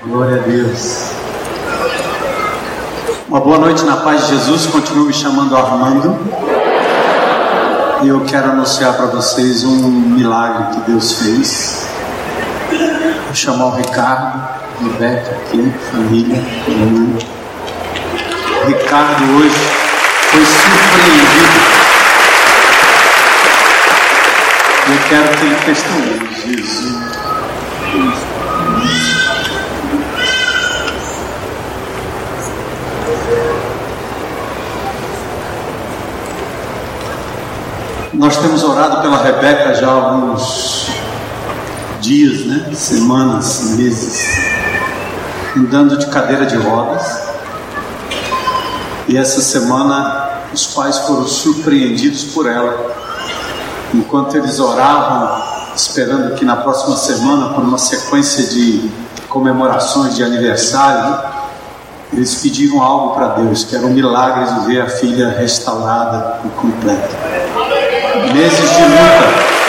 Glória a Deus. Uma boa noite na paz de Jesus. Continuo me chamando Armando. E eu quero anunciar para vocês um milagre que Deus fez. Vou chamar o Ricardo, Rebeca aqui, família, todo mundo. O Ricardo hoje foi surpreendido. Eu quero que ele testemunhe. Jesus. Nós temos orado pela Rebeca já há alguns dias, né? Semanas, meses, andando de cadeira de rodas. E essa semana os pais foram surpreendidos por ela. Enquanto eles oravam, esperando que na próxima semana, por uma sequência de comemorações de aniversário, né? Eles pediram algo para Deus, que era um milagre de ver a filha restaurada e completa. Meses de luta.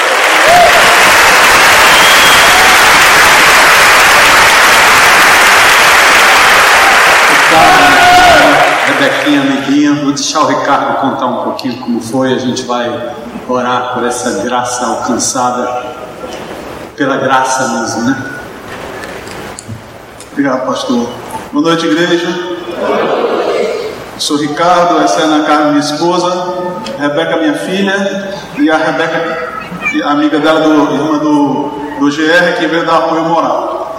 Rebequinha, amiguinha, vou deixar o Ricardo contar um pouquinho como foi. A gente vai orar por essa graça alcançada, pela graça mesmo, né? Obrigado, pastor. Boa noite, igreja. Eu sou Ricardo, essa é a Ana Carmen, minha esposa, Rebeca, minha filha, e a Rebeca, a amiga dela, irmã do GR, que veio dar apoio moral.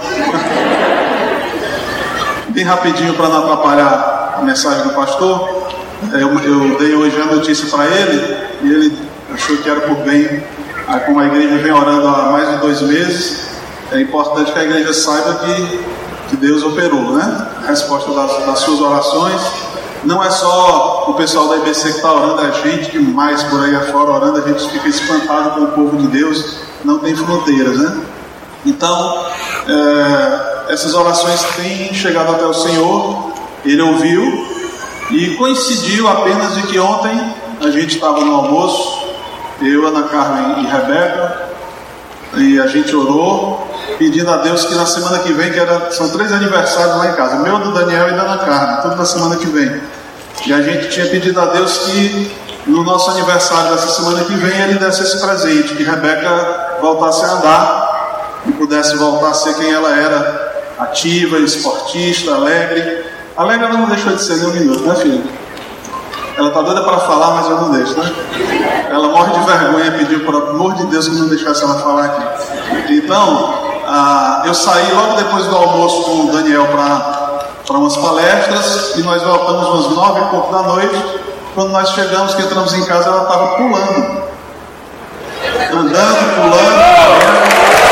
Bem rapidinho, para não atrapalhar a mensagem do pastor, eu dei hoje a notícia para ele, e ele achou que era por bem. Aí, como a igreja vem orando há mais de 2 meses, é importante que a igreja saiba que Deus operou, né? A resposta das suas orações. Não é só o pessoal da IBC que está orando, a gente demais por aí afora orando, a gente fica espantado com o povo de Deus, não tem fronteiras, né? Então, essas orações têm chegado até o Senhor, Ele ouviu, e coincidiu apenas de que ontem a gente estava no almoço, eu, Ana Carmen e Rebeca, e a gente orou, pedindo a Deus que na semana que vem, são 3 aniversários lá em casa, meu, do Daniel e da Ana Carmen, tudo na semana que vem. E a gente tinha pedido a Deus que no nosso aniversário dessa semana que vem Ele desse esse presente, que Rebeca voltasse a andar e pudesse voltar a ser quem ela era, ativa, esportista, alegre. Alegre ela não deixou de ser nem um minuto, né, filha? Ela tá doida para falar, mas eu não deixo, né? Ela morre de vergonha, pediu por amor de Deus que não deixasse ela falar aqui. Então, eu saí logo depois do almoço com o Daniel para umas palestras, e nós voltamos umas 9h pouco da noite. Quando nós chegamos, que entramos em casa, ela estava pulando, andando, pulando.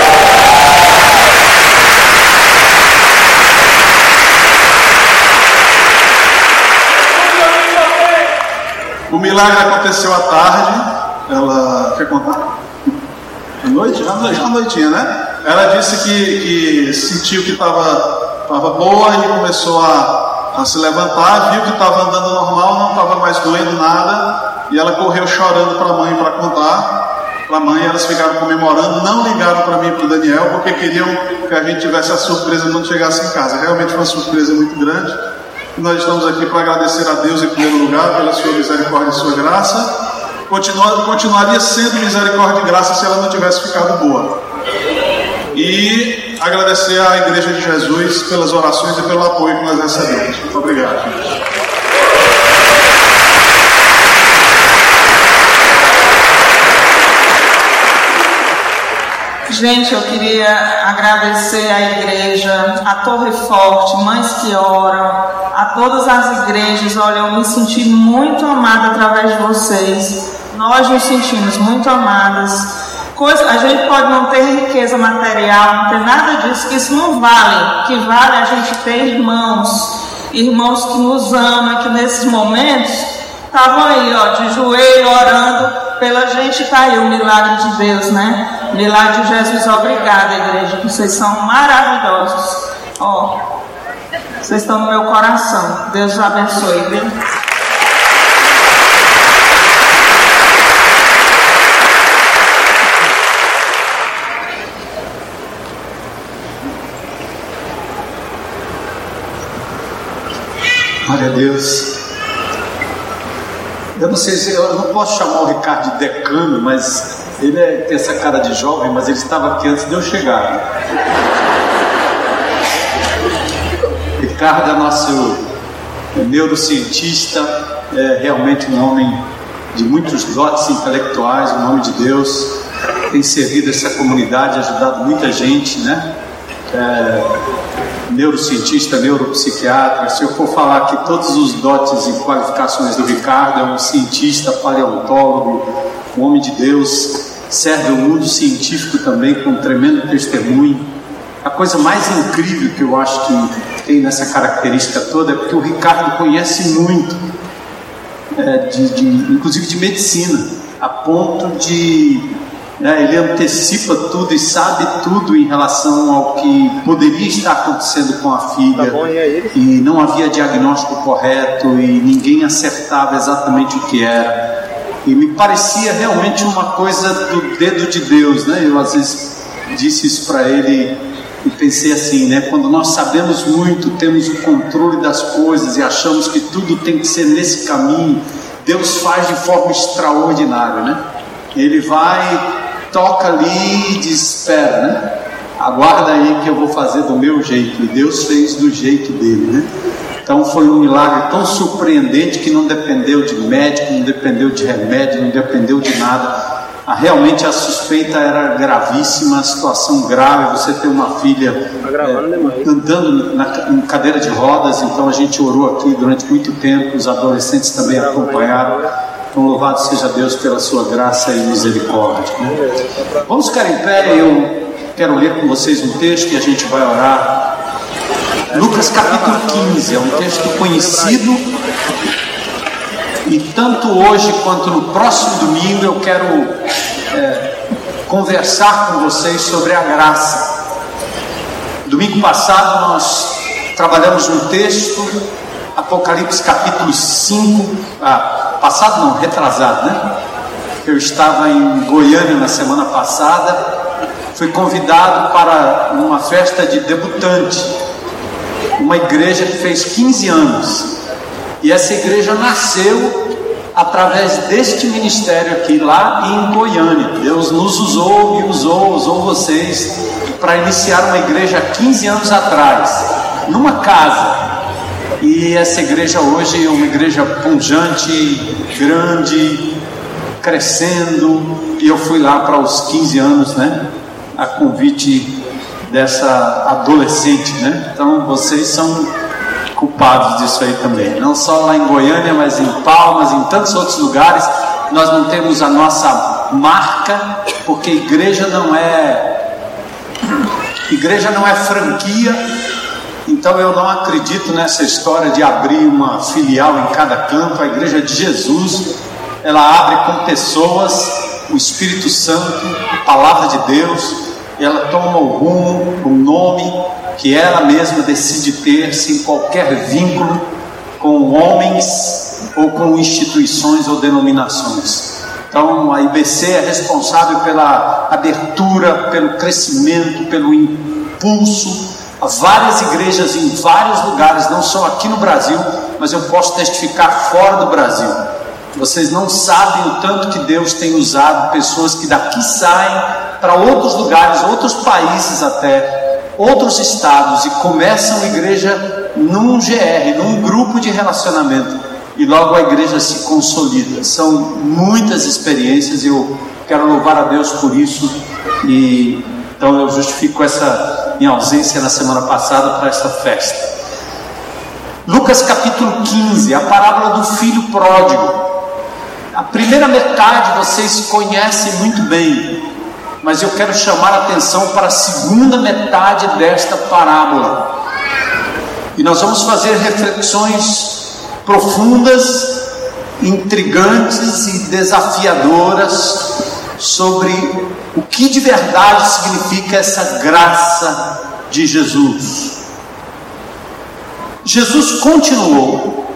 O milagre aconteceu à tarde. Ela quer contar? À noite? Já à noitinha, né? Ela disse que sentiu que estava boa e começou a se levantar, viu que estava andando normal, não estava mais doendo nada, e ela correu chorando para a mãe para contar. Para a mãe, elas ficaram comemorando, não ligaram para mim e para o Daniel, porque queriam que a gente tivesse a surpresa quando chegasse em casa. Realmente foi uma surpresa muito grande. E nós estamos aqui para agradecer a Deus em primeiro lugar pela sua misericórdia e sua graça. Continuaria sendo misericórdia e graça se ela não tivesse ficado boa. E agradecer à Igreja de Jesus pelas orações e pelo apoio que nós recebemos. Muito obrigado, gente. Gente, eu queria agradecer à igreja, à Torre Forte, Mães que Oram, a todas as igrejas. Olha, eu me senti muito amada através de vocês. Nós nos sentimos muito amadas. A gente pode não ter riqueza material, não ter nada disso, que isso não vale. O que vale é a gente ter irmãos que nos amam, que nesses momentos estavam aí, ó, de joelho, orando pela gente. Tá aí o milagre de Deus, né? Milagre de Jesus. Obrigada, igreja, vocês são maravilhosos. Ó, vocês estão no meu coração. Deus os abençoe, viu? Glória a Deus. Eu não sei se eu não posso chamar o Ricardo de decano, mas ele tem essa cara de jovem, mas ele estava aqui antes de eu chegar. Ricardo é nosso neurocientista, é realmente um homem de muitos dotes intelectuais, em nome de Deus. Tem servido essa comunidade, ajudado muita gente, né? Neurocientista, neuropsiquiatra. Se eu for falar aqui todos os dotes e qualificações do Ricardo, é um cientista, paleontólogo, um homem de Deus, serve o mundo científico também com um tremendo testemunho. A coisa mais incrível que eu acho que tem nessa característica toda é porque o Ricardo conhece muito, inclusive de medicina, a ponto de ele antecipa tudo e sabe tudo em relação ao que poderia estar acontecendo com a filha. E não havia diagnóstico correto e ninguém acertava exatamente o que era. E me parecia realmente uma coisa do dedo de Deus, né? Eu às vezes disse isso para ele e pensei assim, né? Quando nós sabemos muito, temos o controle das coisas e achamos que tudo tem que ser nesse caminho, Deus faz de forma extraordinária, né? Ele vai, toca ali e diz, espera, né? Aguarda aí que eu vou fazer do meu jeito. E Deus fez do jeito dele, né? Então foi um milagre tão surpreendente que não dependeu de médico, não dependeu de remédio, não dependeu de nada. Realmente a suspeita era gravíssima, a situação grave. Você tem uma filha andando em cadeira de rodas, então a gente orou aqui durante muito tempo, os adolescentes também acompanharam. Então louvado seja Deus pela sua graça e misericórdia, né? Vamos ficar em pé, eu quero ler com vocês um texto e a gente vai orar. Lucas capítulo 15, é um texto conhecido, e tanto hoje quanto no próximo domingo eu quero conversar com vocês sobre a graça. Domingo passado nós trabalhamos um texto, Apocalipse capítulo 5, passado não, retrasado, né? Eu estava em Goiânia na semana passada, fui convidado para uma festa de debutante, uma igreja que fez 15 anos, e essa igreja nasceu através deste ministério aqui, lá em Goiânia. Deus nos usou e usou vocês para iniciar uma igreja há 15 anos atrás, numa casa. E essa igreja hoje é uma igreja pujante, grande, crescendo. E eu fui lá para os 15 anos, né? A convite dessa adolescente, né? Então vocês são culpados disso aí também. Não só lá em Goiânia, mas em Palmas, em tantos outros lugares. Nós não temos a nossa marca, porque igreja não é franquia. Então eu não acredito nessa história de abrir uma filial em cada canto. A igreja de Jesus, ela abre com pessoas, o Espírito Santo, a palavra de Deus, e ela toma o rumo, o nome que ela mesma decide ter, sem qualquer vínculo com homens ou com instituições ou denominações. Então a IBC é responsável pela abertura, pelo crescimento, pelo impulso a várias igrejas em vários lugares, não só aqui no Brasil, mas eu posso testificar fora do Brasil. Vocês não sabem o tanto que Deus tem usado pessoas que daqui saem para outros lugares, outros países até, outros estados, e começam a igreja num GR, num grupo de relacionamento, e logo a igreja se consolida. São muitas experiências e eu quero louvar a Deus por isso, e então eu justifico essa minha ausência na semana passada para essa festa. Lucas capítulo 15, a parábola do filho pródigo. A primeira metade vocês conhecem muito bem, mas eu quero chamar a atenção para a segunda metade desta parábola. E nós vamos fazer reflexões profundas, intrigantes e desafiadoras sobre o que de verdade significa essa graça de Jesus. Jesus continuou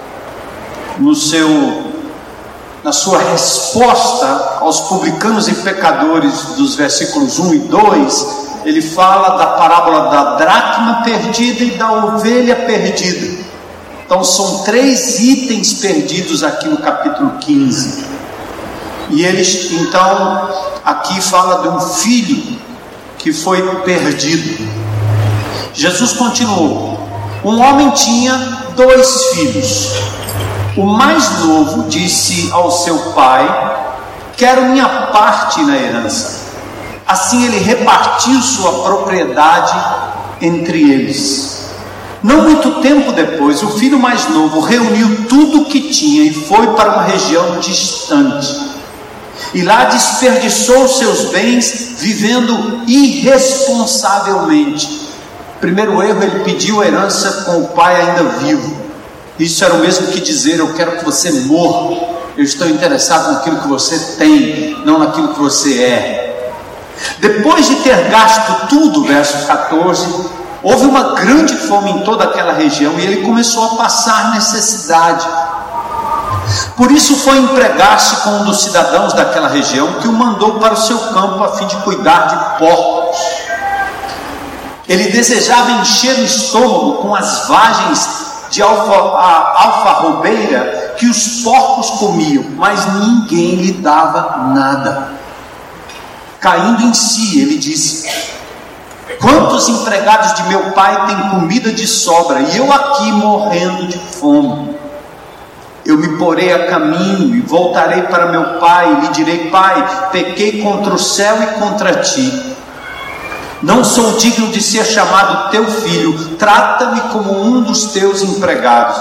na sua resposta aos publicanos e pecadores dos versículos 1 e 2, ele fala da parábola da dracma perdida e da ovelha perdida. Então são 3 itens perdidos aqui no capítulo 15. E eles, então, aqui fala de um filho que foi perdido. Jesus continuou: um homem tinha 2 filhos. O mais novo disse ao seu pai: quero minha parte na herança. Assim ele repartiu sua propriedade entre eles. Não muito tempo depois, o filho mais novo reuniu tudo o que tinha e foi para uma região distante. E lá desperdiçou seus bens vivendo irresponsavelmente. Primeiro erro, ele pediu a herança com o pai ainda vivo. Isso era o mesmo que dizer: eu quero que você morra, eu estou interessado naquilo que você tem, não naquilo que você é. Depois de ter gasto tudo, verso 14, houve uma grande fome em toda aquela região e ele começou a passar necessidade. Por isso foi empregar-se com um dos cidadãos daquela região, que o mandou para o seu campo a fim de cuidar de porcos. Ele desejava encher o estômago com as vagens de alfarrobeira que os porcos comiam, mas ninguém lhe dava nada. Caindo em si, ele disse: quantos empregados de meu pai têm comida de sobra, e eu aqui morrendo de fome? Eu me porei a caminho e voltarei para meu pai, e lhe direi: pai, pequei contra o céu e contra ti. Não sou digno de ser chamado teu filho, trata-me como um dos teus empregados.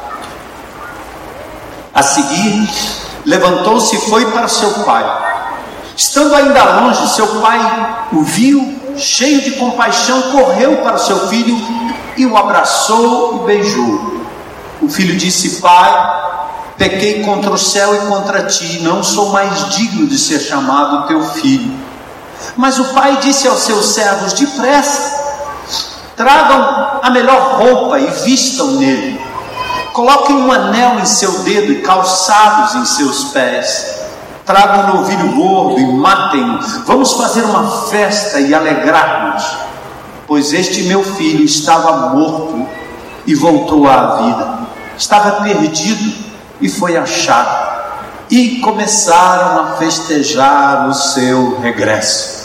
A seguir, levantou-se e foi para seu pai. Estando ainda longe, seu pai o viu, cheio de compaixão, correu para o seu filho e o abraçou e beijou. O filho disse: pai, pequei contra o céu e contra ti, não sou mais digno de ser chamado teu filho. Mas o pai disse aos seus servos: depressa, tragam a melhor roupa e vistam nele, coloquem um anel em seu dedo e calçados em seus pés, tragam um novilho gordo e matem-o, vamos fazer uma festa e alegrar-nos, pois este meu filho estava morto e voltou à vida, estava perdido e foi achado. E começaram a festejar o seu regresso.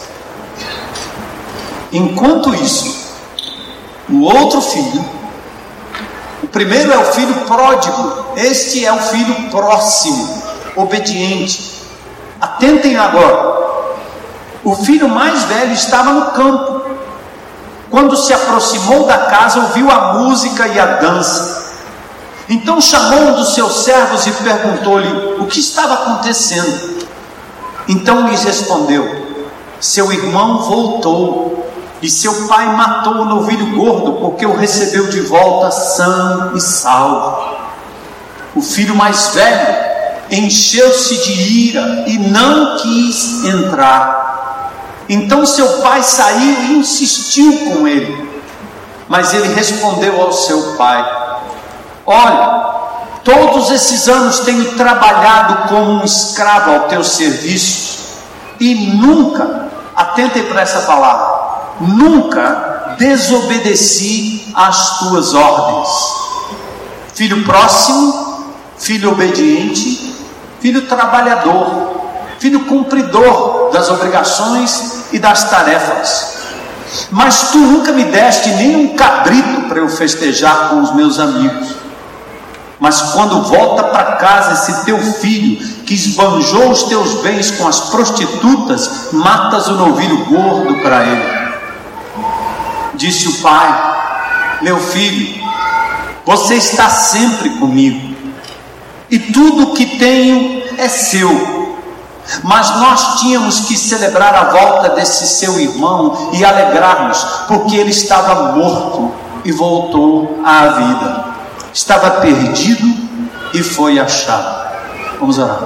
Enquanto isso, o outro filho, o primeiro é o filho pródigo, este é o filho próximo, obediente. Atentem agora. O filho mais velho estava no campo. Quando se aproximou da casa, ouviu a música e a dança. Então chamou um dos seus servos e perguntou-lhe o que estava acontecendo. Então lhes respondeu: seu irmão voltou e seu pai matou o novilho gordo, porque o recebeu de volta são e salvo. O filho mais velho encheu-se de ira e não quis entrar. Então seu pai saiu e insistiu com ele. Mas ele respondeu ao seu pai: olha, todos esses anos tenho trabalhado como um escravo ao teu serviço e nunca, atentem para essa palavra, nunca desobedeci às tuas ordens. Filho próximo, filho obediente, filho trabalhador, filho cumpridor das obrigações e das tarefas. Mas tu nunca me deste nem um cabrito para eu festejar com os meus amigos. Mas quando volta para casa esse teu filho, que esbanjou os teus bens com as prostitutas, matas o novilho gordo para ele. Disse o pai: meu filho, você está sempre comigo, e tudo o que tenho é seu. Mas nós tínhamos que celebrar a volta desse seu irmão e alegrar-nos, porque ele estava morto e voltou à vida, estava perdido e foi achado. Vamos orar.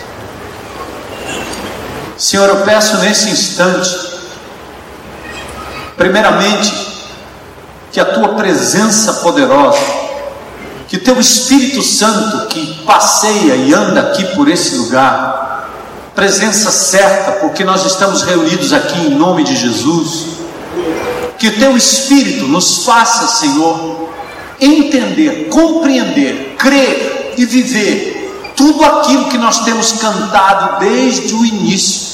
Senhor, eu peço nesse instante, primeiramente, que a tua presença poderosa, que teu Espírito Santo que passeia e anda aqui por esse lugar, presença certa, porque nós estamos reunidos aqui em nome de Jesus, que o teu Espírito nos faça, Senhor, entender, compreender, crer e viver tudo aquilo que nós temos cantado desde o início.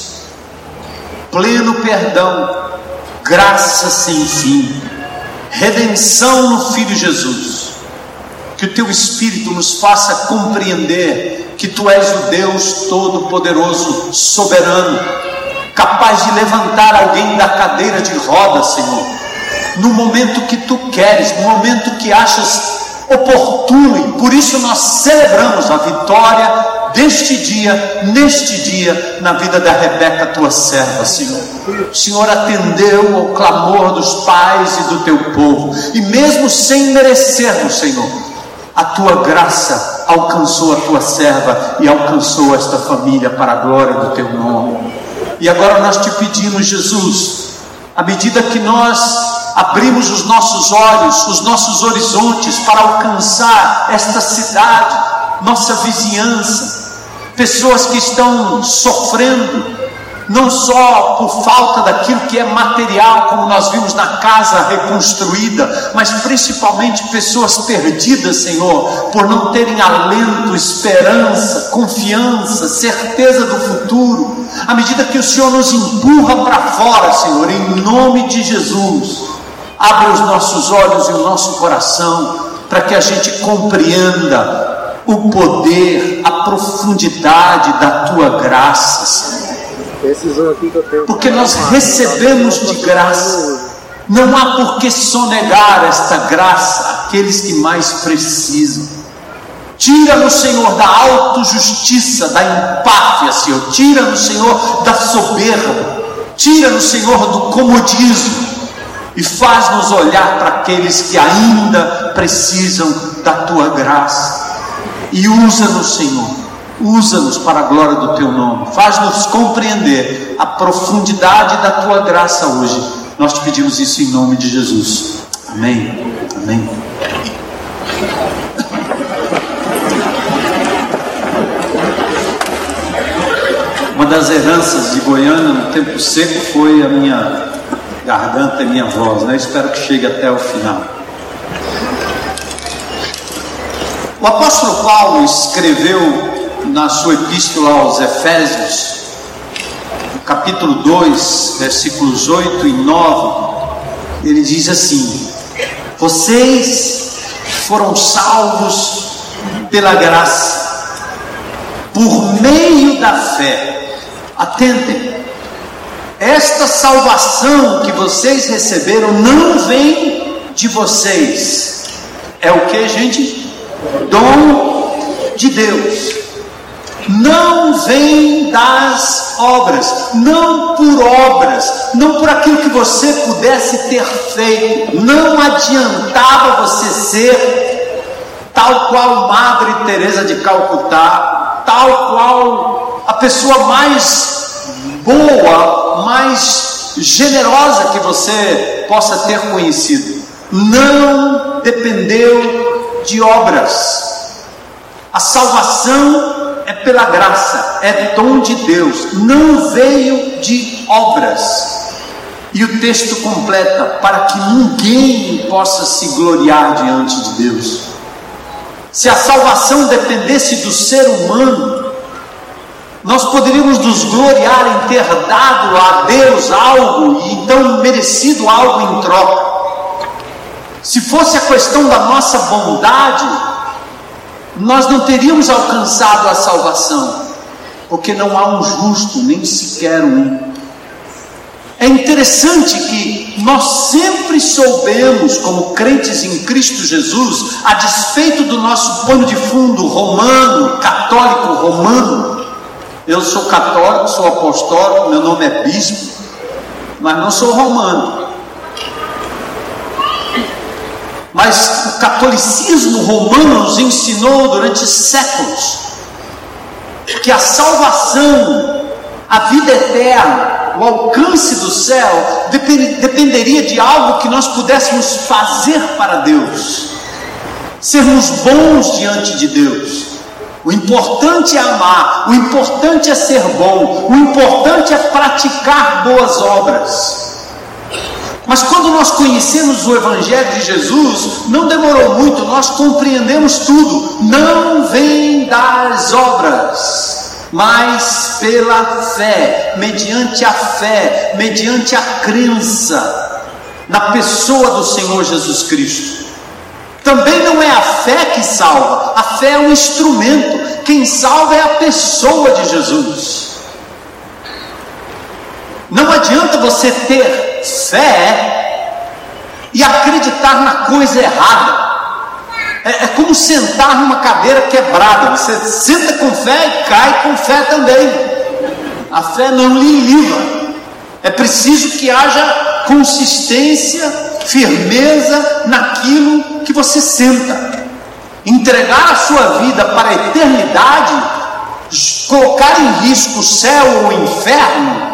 Pleno perdão, graça sem fim, redenção no Filho Jesus. Que o Teu Espírito nos faça compreender que Tu és o Deus Todo-Poderoso, soberano, capaz de levantar alguém da cadeira de rodas, Senhor, no momento que Tu queres, no momento que achas oportuno. E por isso nós celebramos a vitória deste dia, neste dia, na vida da Rebeca, Tua serva, Senhor. O Senhor atendeu ao clamor dos pais e do Teu povo, e mesmo sem merecermos, Senhor, a Tua graça alcançou a Tua serva e alcançou esta família para a glória do Teu nome. E agora nós Te pedimos, Jesus, à medida que nós abrimos os nossos olhos, os nossos horizontes para alcançar esta cidade, nossa vizinhança, pessoas que estão sofrendo, não só por falta daquilo que é material, como nós vimos na casa reconstruída, mas principalmente pessoas perdidas, Senhor, por não terem alento, esperança, confiança, certeza do futuro. À medida que o Senhor nos empurra para fora, Senhor, em nome de Jesus, abre os nossos olhos e o nosso coração, para que a gente compreenda o poder, a profundidade da Tua graça, Senhor. Porque nós recebemos de graça, não há por que sonegar esta graça àqueles que mais precisam. Tira-nos, Senhor, da autojustiça, da empáfia, Senhor. Tira-nos, Senhor, da soberba. Tira-nos, Senhor, do comodismo, e faz-nos olhar para aqueles que ainda precisam da Tua graça. E usa-nos, Senhor, usa-nos para a glória do Teu nome. Faz-nos compreender a profundidade da Tua graça hoje. Nós Te pedimos isso em nome de Jesus. Amém. Amém. Uma das heranças de Goiânia no tempo seco foi a minha garganta e minha voz, né? Espero que chegue até o final. O apóstolo Paulo escreveu na sua epístola aos Efésios, capítulo 2, versículos 8 e 9, ele diz assim: vocês foram salvos pela graça, por meio da fé. Atentem, esta salvação que vocês receberam não vem de vocês. É o que, gente? Dom de Deus. Não vem das obras, não por obras, não por aquilo que você pudesse ter feito. Não adiantava você ser tal qual Madre Teresa de Calcutá, tal qual a pessoa mais boa, mais generosa que você possa ter conhecido. Não dependeu de obras. A salvação é pela graça, é dom de Deus, não veio de obras. E o texto completa: para que ninguém possa se gloriar diante de Deus. Se a salvação dependesse do ser humano, nós poderíamos nos gloriar em ter dado a Deus algo e então merecido algo em troca. Se fosse a questão da nossa bondade, nós não teríamos alcançado a salvação, porque não há um justo, nem sequer um. É interessante que nós sempre soubemos, como crentes em Cristo Jesus, a despeito do nosso pano de fundo romano, católico romano. Eu sou católico, sou apostólico, meu nome é bispo, mas não sou romano. Mas o catolicismo romano nos ensinou durante séculos que a salvação, a vida eterna, o alcance do céu dependeria de algo que nós pudéssemos fazer para Deus, sermos bons diante de Deus. O importante é amar, o importante é ser bom, o importante é praticar boas obras. Mas quando nós conhecemos o Evangelho de Jesus, não demorou muito, nós compreendemos tudo. Não vem das obras, mas pela fé, mediante a crença na pessoa do Senhor Jesus Cristo. Também não é a fé que salva, a fé é um instrumento, quem salva é a pessoa de Jesus. Não adianta você ter fé e acreditar na coisa errada. É como sentar numa cadeira quebrada. Você senta com fé e cai com fé também. A fé não lhe livra. É preciso que haja consistência, firmeza naquilo que você senta. Entregar a sua vida para a eternidade, colocar em risco o céu ou o inferno,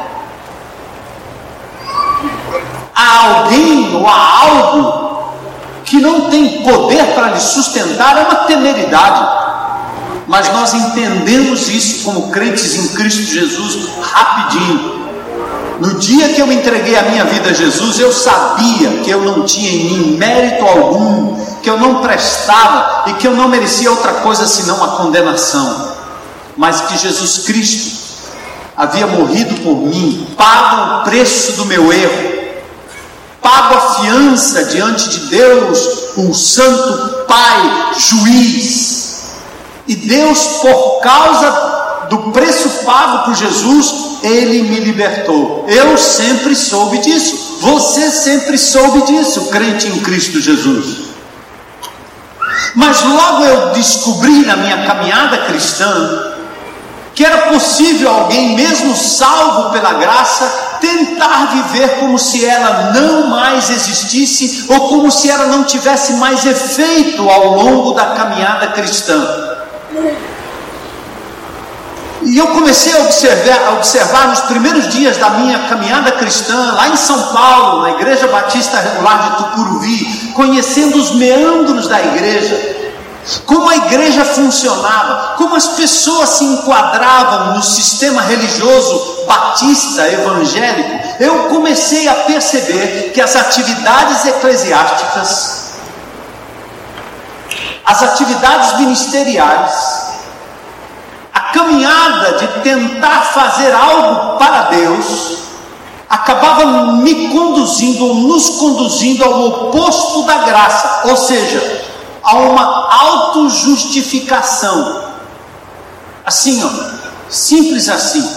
a alguém ou a algo que não tem poder para lhe sustentar, é uma temeridade. Mas nós entendemos isso como crentes em Cristo Jesus rapidinho. No dia que eu entreguei a minha vida a Jesus, eu sabia que eu não tinha em mim mérito algum, que eu não prestava e que eu não merecia outra coisa senão a condenação, mas que Jesus Cristo havia morrido por mim, pago o preço do meu erro, pago a fiança diante de Deus, o Santo Pai, juiz. E Deus, por causa do preço pago por Jesus, Ele me libertou. Eu sempre soube disso. Você sempre soube disso, crente em Cristo Jesus. Mas logo eu descobri na minha caminhada cristã que era possível alguém, mesmo salvo pela graça, tentar viver como se ela não mais existisse, ou como se ela não tivesse mais efeito ao longo da caminhada cristã. E eu comecei a observar nos primeiros dias da minha caminhada cristã, lá em São Paulo, na Igreja Batista Regular de Tucuruvi, conhecendo os meandros da igreja, como a igreja funcionava, como as pessoas se enquadravam no sistema religioso batista, evangélico. Eu comecei a perceber que as atividades eclesiásticas, as atividades ministeriais, a caminhada de tentar fazer algo para Deus, acabava me conduzindo ou nos conduzindo ao oposto da graça, ou seja, a uma autojustificação. Assim, simples assim.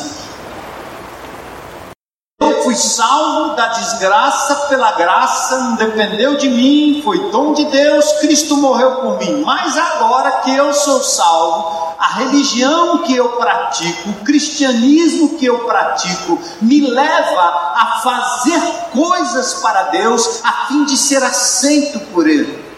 Eu fui salvo da desgraça pela graça, não dependeu de mim, foi dom de Deus, Cristo morreu por mim. Mas agora que eu sou salvo, a religião que eu pratico, o cristianismo que eu pratico, me leva a fazer coisas para Deus, a fim de ser aceito por Ele.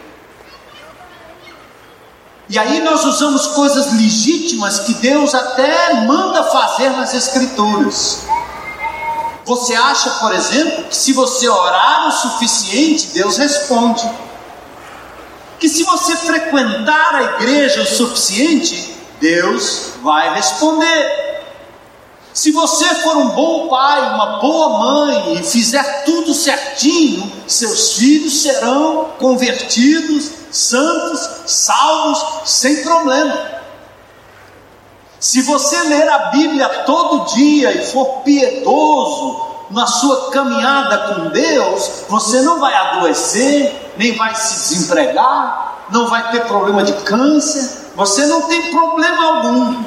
E aí nós usamos coisas legítimas que Deus até manda fazer nas Escrituras. Você acha, por exemplo, que se você orar o suficiente, Deus responde. Que se você frequentar a igreja o suficiente, Deus vai responder. Se você for um bom pai, uma boa mãe e fizer tudo certinho, seus filhos serão convertidos, santos, salvos, sem problema. Se você ler a Bíblia todo dia e for piedoso na sua caminhada com Deus, você não vai adoecer, nem vai se desempregar, não vai ter problema de câncer, você não tem problema algum.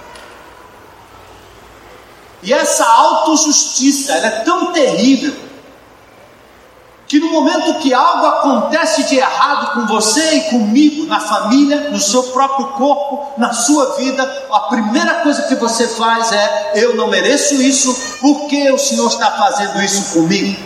E essa autojustiça, ela é tão terrível, que no momento que algo acontece de errado com você e comigo, na família, no seu próprio corpo, na sua vida, a primeira coisa que você faz é: eu não mereço isso, por que o Senhor está fazendo isso comigo?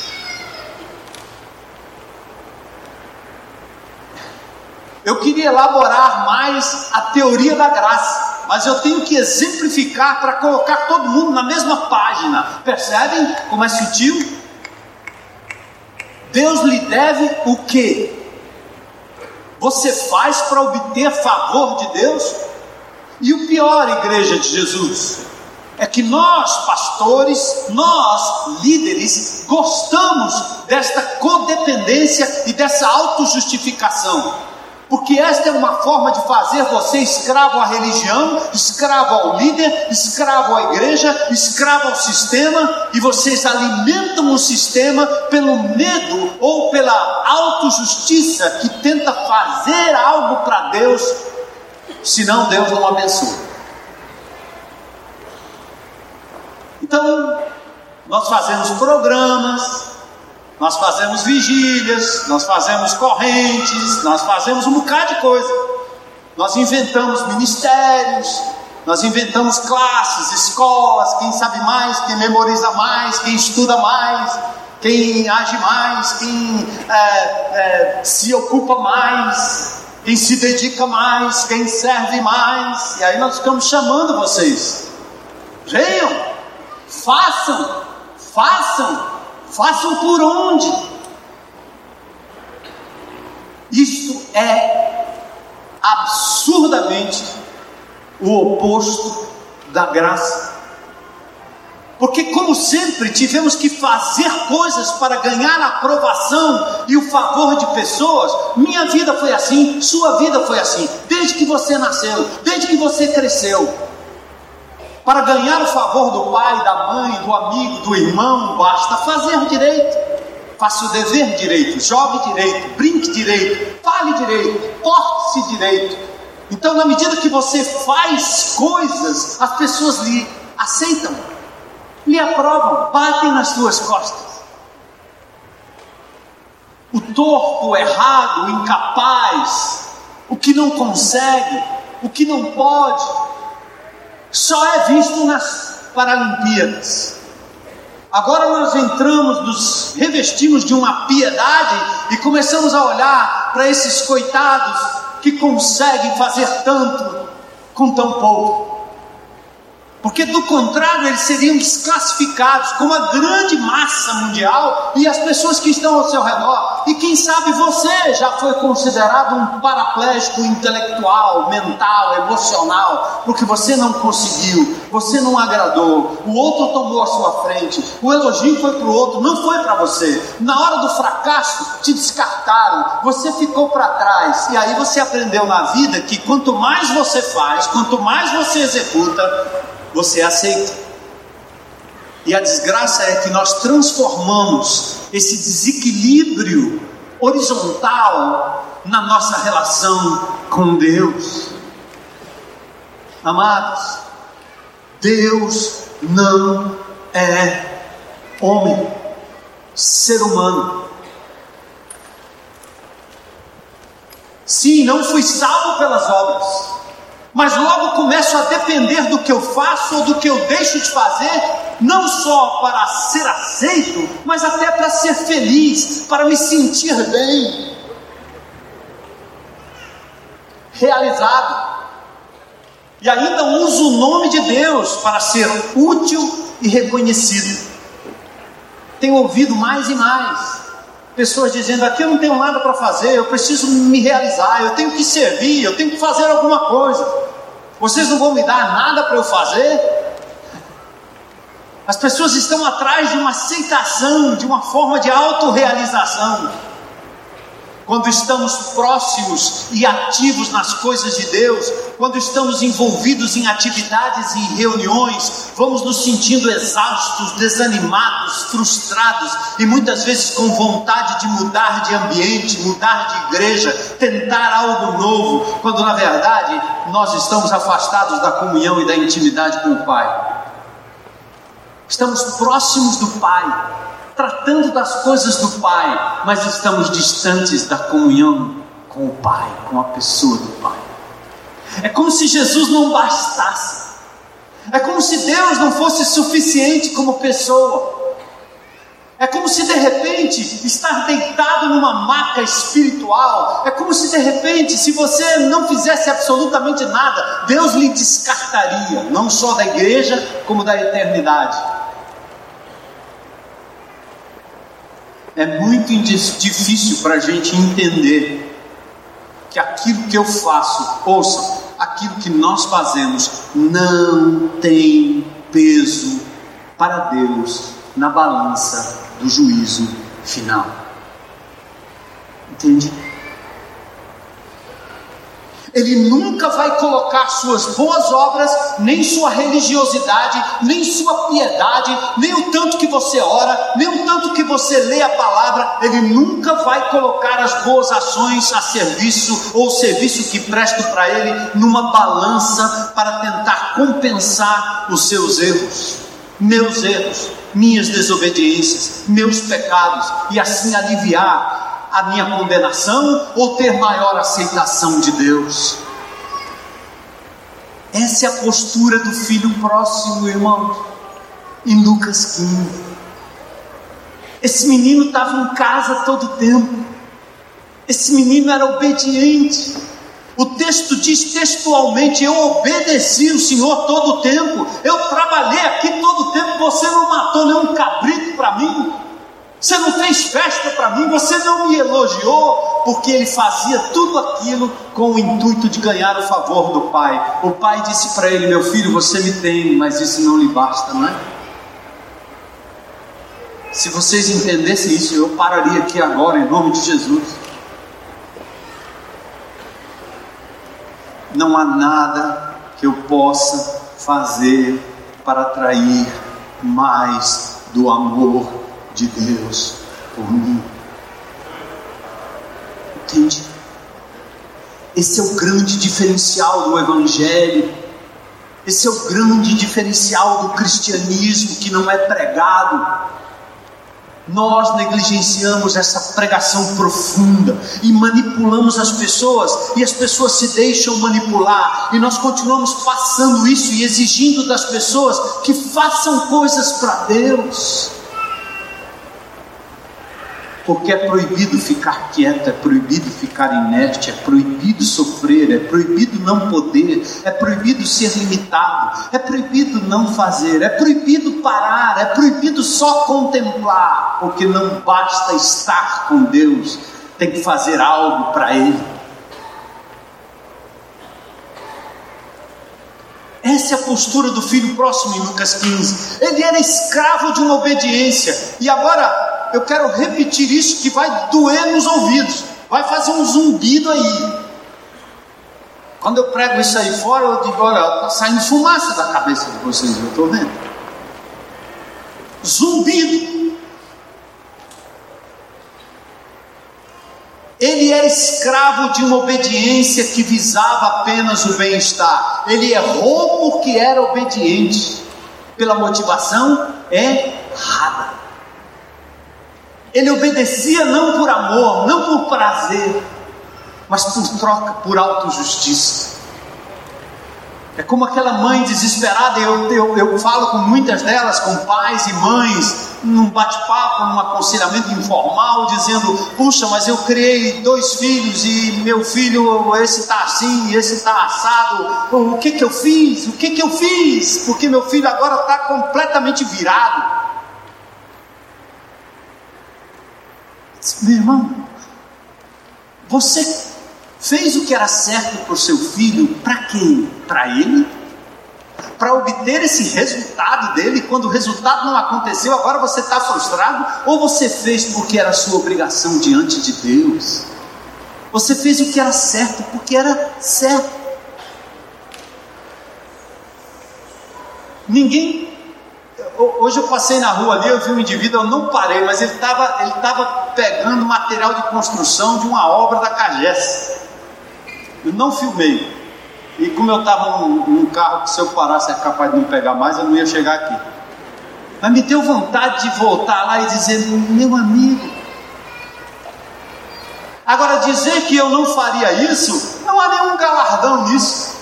Eu queria elaborar mais a teoria da graça, mas eu tenho que exemplificar para colocar todo mundo na mesma página. Percebem como é sutil? Deus lhe deve o quê? Você faz para obter favor de Deus? E o pior, igreja de Jesus, é que nós, pastores, nós, líderes, gostamos desta codependência e dessa autojustificação, porque esta é uma forma de fazer você escravo à religião, escravo ao líder, escravo à igreja, escravo ao sistema, e vocês alimentam o sistema pelo medo ou pela autojustiça que tenta fazer algo para Deus, senão Deus não abençoa. Então, nós fazemos programas, nós fazemos vigílias, nós fazemos correntes, nós fazemos um bocado de coisa. Nós inventamos ministérios, nós inventamos classes, escolas, quem sabe mais, quem memoriza mais, quem estuda mais, quem age mais, quem se ocupa mais, quem se dedica mais, quem serve mais. E aí nós ficamos chamando vocês. Venham! Façam por onde? Isto é absurdamente o oposto da graça. Porque, como sempre, tivemos que fazer coisas para ganhar a aprovação e o favor de pessoas. Minha vida foi assim, sua vida foi assim, desde que você nasceu, desde que você cresceu. Para ganhar o favor do pai, da mãe, do amigo, do irmão, basta fazer direito. Faça o dever direito, jogue direito, brinque direito, fale direito, porte-se direito. Então, na medida que você faz coisas, as pessoas lhe aceitam, lhe aprovam, batem nas suas costas. O torto, o errado, o incapaz, o que não consegue, o que não pode, só é visto nas Paralimpíadas. Agora nós entramos, nos revestimos de uma piedade e começamos a olhar para esses coitados que conseguem fazer tanto com tão pouco. Porque do contrário eles seriam desclassificados como a grande massa mundial e as pessoas que estão ao seu redor. E quem sabe você já foi considerado um paraplégico intelectual, mental, emocional, porque você não conseguiu, você não agradou, o outro tomou a sua frente, o elogio foi para o outro, não foi para você. Na hora do fracasso te descartaram, você ficou para trás. E aí você aprendeu na vida que quanto mais você faz, quanto mais você executa, você aceita. E a desgraça é que nós transformamos esse desequilíbrio horizontal na nossa relação com Deus. Amados, Deus não é homem, ser humano. Sim, não fui salvo pelas obras, mas logo começo a depender do que eu faço ou do que eu deixo de fazer, não só para ser aceito, mas até para ser feliz, para me sentir bem, realizado. E ainda uso o nome de Deus para ser útil e reconhecido. Tenho ouvido mais e mais pessoas dizendo: aqui eu não tenho nada para fazer, eu preciso me realizar, eu tenho que servir, eu tenho que fazer alguma coisa. Vocês não vão me dar nada para eu fazer? As pessoas estão atrás de uma aceitação, de uma forma de autorrealização. Quando estamos próximos e ativos nas coisas de Deus, quando estamos envolvidos em atividades e reuniões, vamos nos sentindo exaustos, desanimados, frustrados e muitas vezes com vontade de mudar de ambiente, mudar de igreja, tentar algo novo, quando na verdade nós estamos afastados da comunhão e da intimidade com o Pai. Estamos próximos do Pai, tratando das coisas do Pai, mas estamos distantes da comunhão com o Pai, com a pessoa do Pai. É como se Jesus não bastasse, é como se Deus não fosse suficiente como pessoa. É como se de repente estar deitado numa maca espiritual, é como se de repente, se você não fizesse absolutamente nada, Deus lhe descartaria, não só da igreja, como da eternidade. É muito difícil para a gente entender que aquilo que eu faço, ouça, aquilo que nós fazemos não tem peso para Deus na balança do juízo final. Entende? Ele nunca vai colocar suas boas obras, nem sua religiosidade, nem sua piedade, nem o tanto que você ora, nem o tanto que você lê a palavra. Ele nunca vai colocar as boas ações a serviço, ou o serviço que presto para ele, numa balança para tentar compensar os seus erros, meus erros, minhas desobediências, meus pecados, e assim aliviar a minha condenação ou ter maior aceitação de Deus. Essa é a postura do filho próximo, irmãos, em Lucas 15. Esse menino estava em casa todo o tempo, esse menino era obediente. O texto diz textualmente: eu obedeci o Senhor todo o tempo, eu trabalhei aqui todo o tempo, você não matou nenhum cabrito para mim, você não fez festa para mim, você não me elogiou, porque ele fazia tudo aquilo com o intuito de ganhar o favor do pai. O pai disse para ele: meu filho, você me tem, mas isso não lhe basta, não é? Se vocês entendessem isso, eu pararia aqui agora, em nome de Jesus. Não há nada que eu possa fazer para atrair mais do amor de Deus por mim. Entende? Esse é o grande diferencial do Evangelho. Esse é o grande diferencial do cristianismo que não é pregado. Nós negligenciamos essa pregação profunda e manipulamos as pessoas, e as pessoas se deixam manipular, e nós continuamos passando isso e exigindo das pessoas que façam coisas para Deus. Porque é proibido ficar quieto, é proibido ficar inerte, é proibido sofrer, é proibido não poder, é proibido ser limitado, é proibido não fazer, é proibido parar, é proibido só contemplar, porque não basta estar com Deus, tem que fazer algo para Ele. Essa é a postura do filho próximo em Lucas 15. Ele era escravo de uma obediência, e agora eu quero repetir isso que vai doer nos ouvidos, vai fazer um zumbido aí. Quando eu prego isso aí fora, eu digo: olha, está saindo fumaça da cabeça de vocês, eu estou vendo. Zumbido. Ele era escravo de uma obediência que visava apenas o bem-estar. Ele errou porque era obediente, pela motivação errada. Ele obedecia não por amor, não por prazer, mas por troca, por autojustiça. É como aquela mãe desesperada. Eu falo com muitas delas, com pais e mães, num bate-papo, num aconselhamento informal, dizendo: puxa, mas eu criei 2 filhos e meu filho, esse está assim, esse está assado. O que eu fiz? O que eu fiz? Porque meu filho agora está completamente virado. Meu irmão, você fez o que era certo para o seu filho, para quem? Para ele? Para obter esse resultado dele? Quando o resultado não aconteceu, agora você está frustrado? Ou você fez porque era sua obrigação diante de Deus? Você fez o que era certo porque era certo. Hoje eu passei na rua ali, eu vi um indivíduo, eu não parei, mas ele estava pegando material de construção de uma obra da CAGES. Eu não filmei. E como eu estava num carro que, se eu parasse, é capaz de não pegar mais, eu não ia chegar aqui. Mas me deu vontade de voltar lá e dizer: meu amigo. Agora, dizer que eu não faria isso, não há nenhum galardão nisso.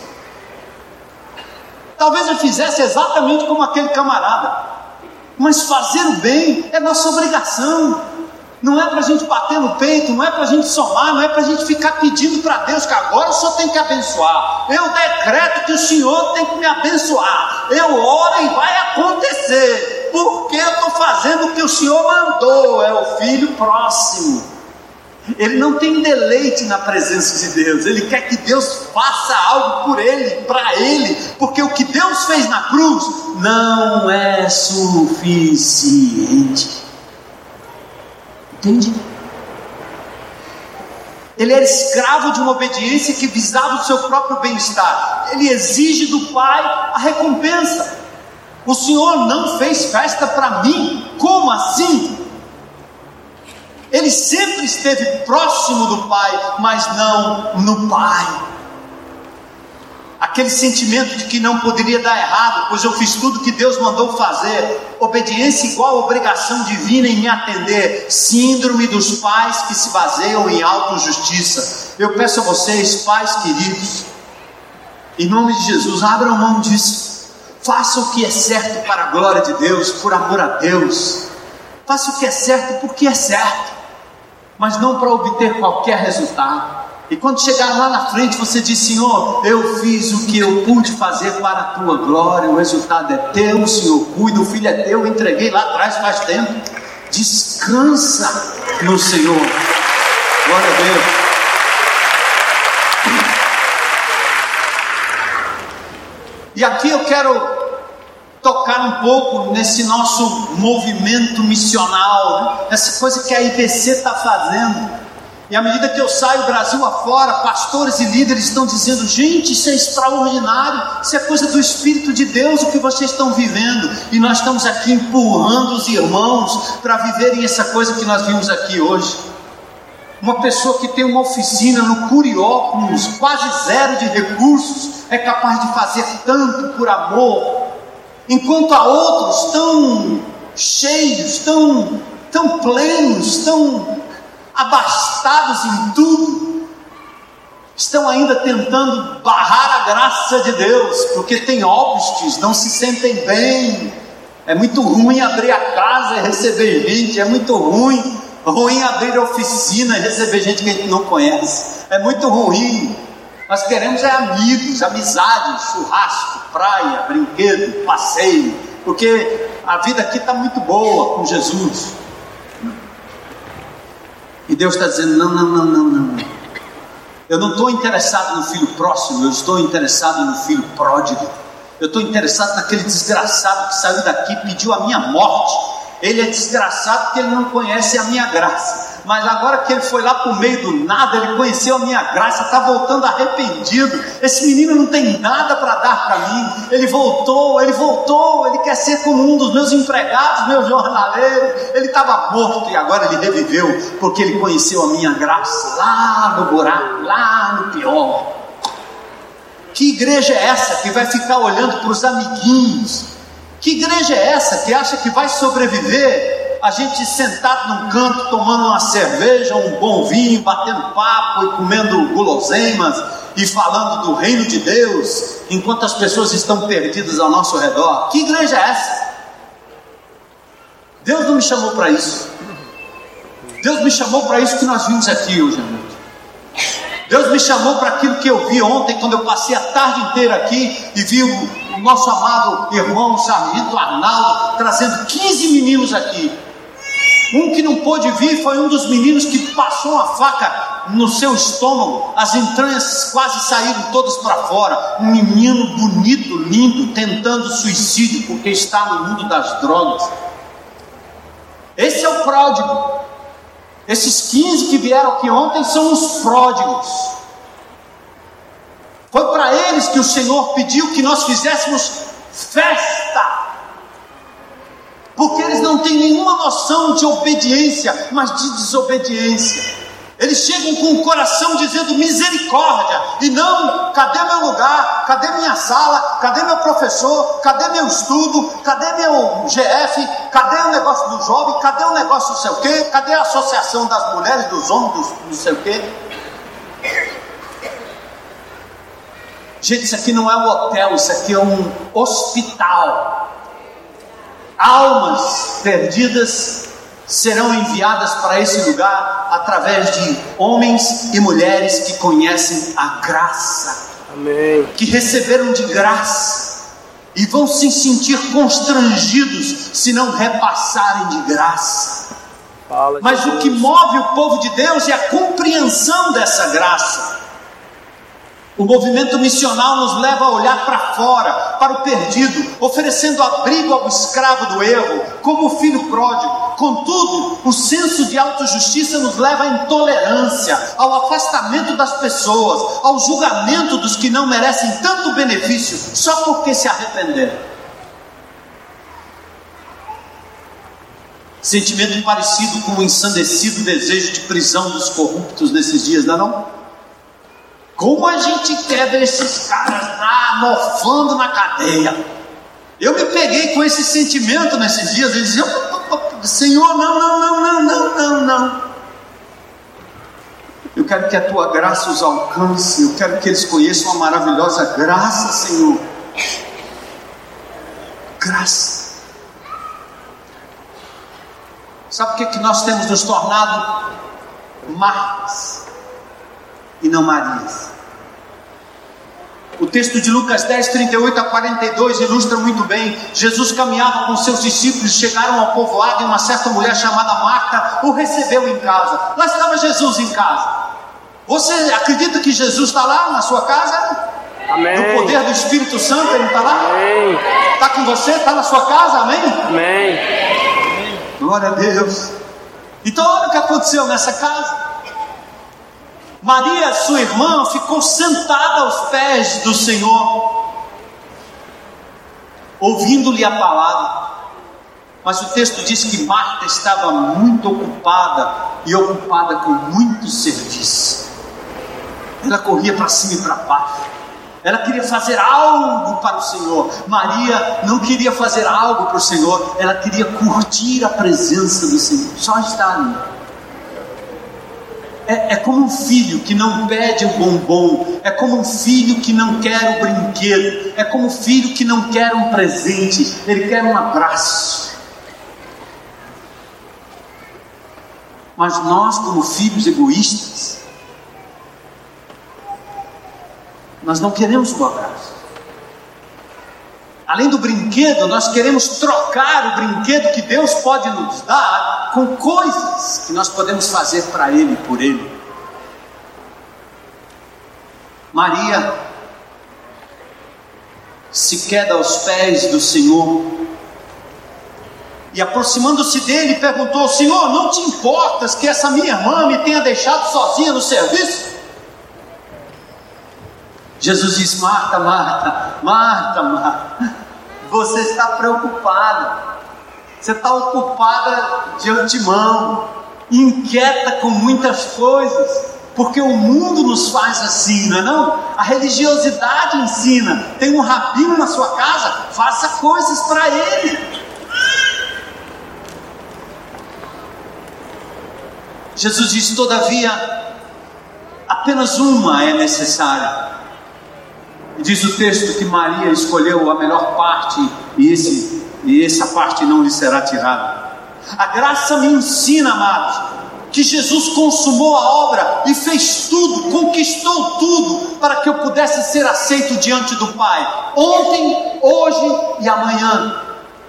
Talvez eu fizesse exatamente como aquele camarada, mas fazer o bem é nossa obrigação. Não é para a gente bater no peito, não é para a gente somar, não é para a gente ficar pedindo para Deus que agora o Senhor tem que abençoar. Eu decreto que o Senhor tem que me abençoar. Eu oro e vai acontecer, porque eu estou fazendo o que o Senhor mandou. É o filho próximo. Ele não tem deleite na presença de Deus. Ele quer que Deus faça algo por ele, para ele, porque o que Deus fez na cruz não é suficiente. Entende? Ele era escravo de uma obediência que visava o seu próprio bem-estar. Ele exige do Pai a recompensa. O Senhor não fez festa para mim? Como assim? Ele sempre esteve próximo do Pai, mas não no Pai. Aquele sentimento de que não poderia dar errado, pois eu fiz tudo que Deus mandou fazer. Obediência igual a obrigação divina em me atender. Síndrome dos pais que se baseiam em autojustiça. Eu peço a vocês, pais queridos, em nome de Jesus, abram mão disso. Faça o que é certo para a glória de Deus, por amor a Deus. Faça o que é certo porque é certo, mas não para obter qualquer resultado. E quando chegar lá na frente, você diz: Senhor, eu fiz o que eu pude fazer para a tua glória, o resultado é teu, o Senhor cuida, o filho é teu, eu entreguei lá atrás faz tempo. Descansa no Senhor. Glória a Deus. E aqui eu quero tocar um pouco nesse nosso movimento missional, né? Essa coisa que a IBC está fazendo. E à medida que eu saio Brasil afora, pastores e líderes estão dizendo: gente, isso é extraordinário, isso é coisa do Espírito de Deus o que vocês estão vivendo. E nós estamos aqui empurrando os irmãos para viverem essa coisa que nós vimos aqui hoje. Uma pessoa que tem uma oficina no Curió com quase zero de recursos é capaz de fazer tanto por amor, enquanto há outros tão cheios, tão plenos, tão abastados em tudo, estão ainda tentando barrar a graça de Deus, porque tem hóspedes, não se sentem bem. É muito ruim abrir a casa e receber gente, é muito ruim abrir a oficina e receber gente que a gente não conhece, é muito ruim. Nós queremos amigos, amizade, churrasco, praia, brinquedo, passeio, porque a vida aqui está muito boa com Jesus. E Deus está dizendo: não. Eu não estou interessado no filho próximo, eu estou interessado no filho pródigo. Eu estou interessado naquele desgraçado que saiu daqui e pediu a minha morte. Ele é desgraçado porque ele não conhece a minha graça. Mas agora que ele foi lá para o meio do nada, ele conheceu a minha graça, está voltando arrependido. Esse menino não tem nada para dar para mim. Ele voltou, ele quer ser como um dos meus empregados, meu jornaleiro. Ele estava morto e agora ele reviveu, porque ele conheceu a minha graça lá no buraco, lá no pior. Que igreja é essa que vai ficar olhando para os amiguinhos? Que igreja é essa que acha que vai sobreviver a gente sentado num canto tomando uma cerveja, um bom vinho, batendo papo e comendo guloseimas e falando do reino de Deus, enquanto as pessoas estão perdidas ao nosso redor? Que igreja é essa? Deus não me chamou para isso. Deus me chamou para isso que nós vimos aqui hoje à noite. Deus me chamou para aquilo que eu vi ontem, quando eu passei a tarde inteira aqui e vi o nosso amado irmão Sargento Arnaldo trazendo 15 meninos aqui. Um que não pôde vir foi um dos meninos que passou uma faca no seu estômago, as entranhas quase saíram todas para fora. Um menino bonito, lindo, tentando suicídio porque está no mundo das drogas. Esse é o pródigo. Esses 15 que vieram aqui ontem são os pródigos. Foi para eles que o Senhor pediu que nós fizéssemos festa, porque eles não têm nenhuma noção de obediência, mas de desobediência. Eles chegam com o coração dizendo misericórdia, e não: cadê meu lugar, cadê minha sala, cadê meu professor, cadê meu estudo, cadê meu GF, cadê o negócio do jovem, cadê o negócio não sei o quê, cadê a associação das mulheres, dos homens, não sei o quê. Gente, isso aqui não é um hotel, isso aqui é um hospital. Almas perdidas serão enviadas para esse lugar através de homens e mulheres que conhecem a graça. Amém. Que receberam de graça e vão se sentir constrangidos se não repassarem de graça. Mas o que move o povo de Deus é a compreensão dessa graça. O movimento missional nos leva a olhar para fora, para o perdido, oferecendo abrigo ao escravo do erro, como o filho pródigo. Contudo, o senso de autojustiça nos leva à intolerância, ao afastamento das pessoas, ao julgamento dos que não merecem tanto benefício só porque se arrependeram. Sentimento parecido com o ensandecido desejo de prisão dos corruptos nesses dias, não é não? Como a gente quer ver esses caras lá mofando na cadeia. Eu me peguei com esse sentimento nesses dias. Eles diziam: Senhor, não. Eu quero que a tua graça os alcance. Eu quero que eles conheçam a maravilhosa graça, Senhor. Graça. Sabe por que nós temos nos tornado Martas e não Marias? O texto de Lucas 10, 38 a 42 ilustra muito bem. Jesus caminhava com seus discípulos, chegaram ao povoado e uma certa mulher chamada Marta o recebeu em casa. Lá estava Jesus em casa. Você acredita que Jesus está lá na sua casa? Amém. No poder do Espírito Santo ele está lá? Amém. Está com você? Está na sua casa? Amém? Amém. Glória a Deus. Então olha o que aconteceu nessa casa. Maria, sua irmã, ficou sentada aos pés do Senhor, ouvindo-lhe a palavra. Mas o texto diz que Marta estava muito ocupada e ocupada com muito serviço. Ela corria para cima e para baixo. Ela queria fazer algo para o Senhor. Maria não queria fazer algo para o Senhor. Ela queria curtir a presença do Senhor. Só estar ali. É como um filho que não pede o bombom. É como um filho que não quer o brinquedo. É como um filho que não quer um presente. Ele quer um abraço. Mas nós, como filhos egoístas, nós não queremos o abraço. Além do brinquedo, nós queremos trocar o brinquedo que Deus pode nos dar com coisas que nós podemos fazer para Ele e por Ele. Maria se queda aos pés do Senhor e, aproximando-se dele, perguntou: Senhor, não te importas que essa minha irmã me tenha deixado sozinha no serviço? Jesus diz: Marta, Marta, Marta, Marta, você está preocupada, você está ocupada de antemão, inquieta com muitas coisas, porque o mundo nos faz assim, não é não? A religiosidade ensina: tem um rabino na sua casa, faça coisas para ele. Jesus diz: todavia, apenas uma é necessária. E diz o texto que Maria escolheu a melhor parte, e essa parte não lhe será tirada. A graça me ensina, amados, que Jesus consumou a obra e fez tudo, conquistou tudo, para que eu pudesse ser aceito diante do Pai, ontem, hoje e amanhã.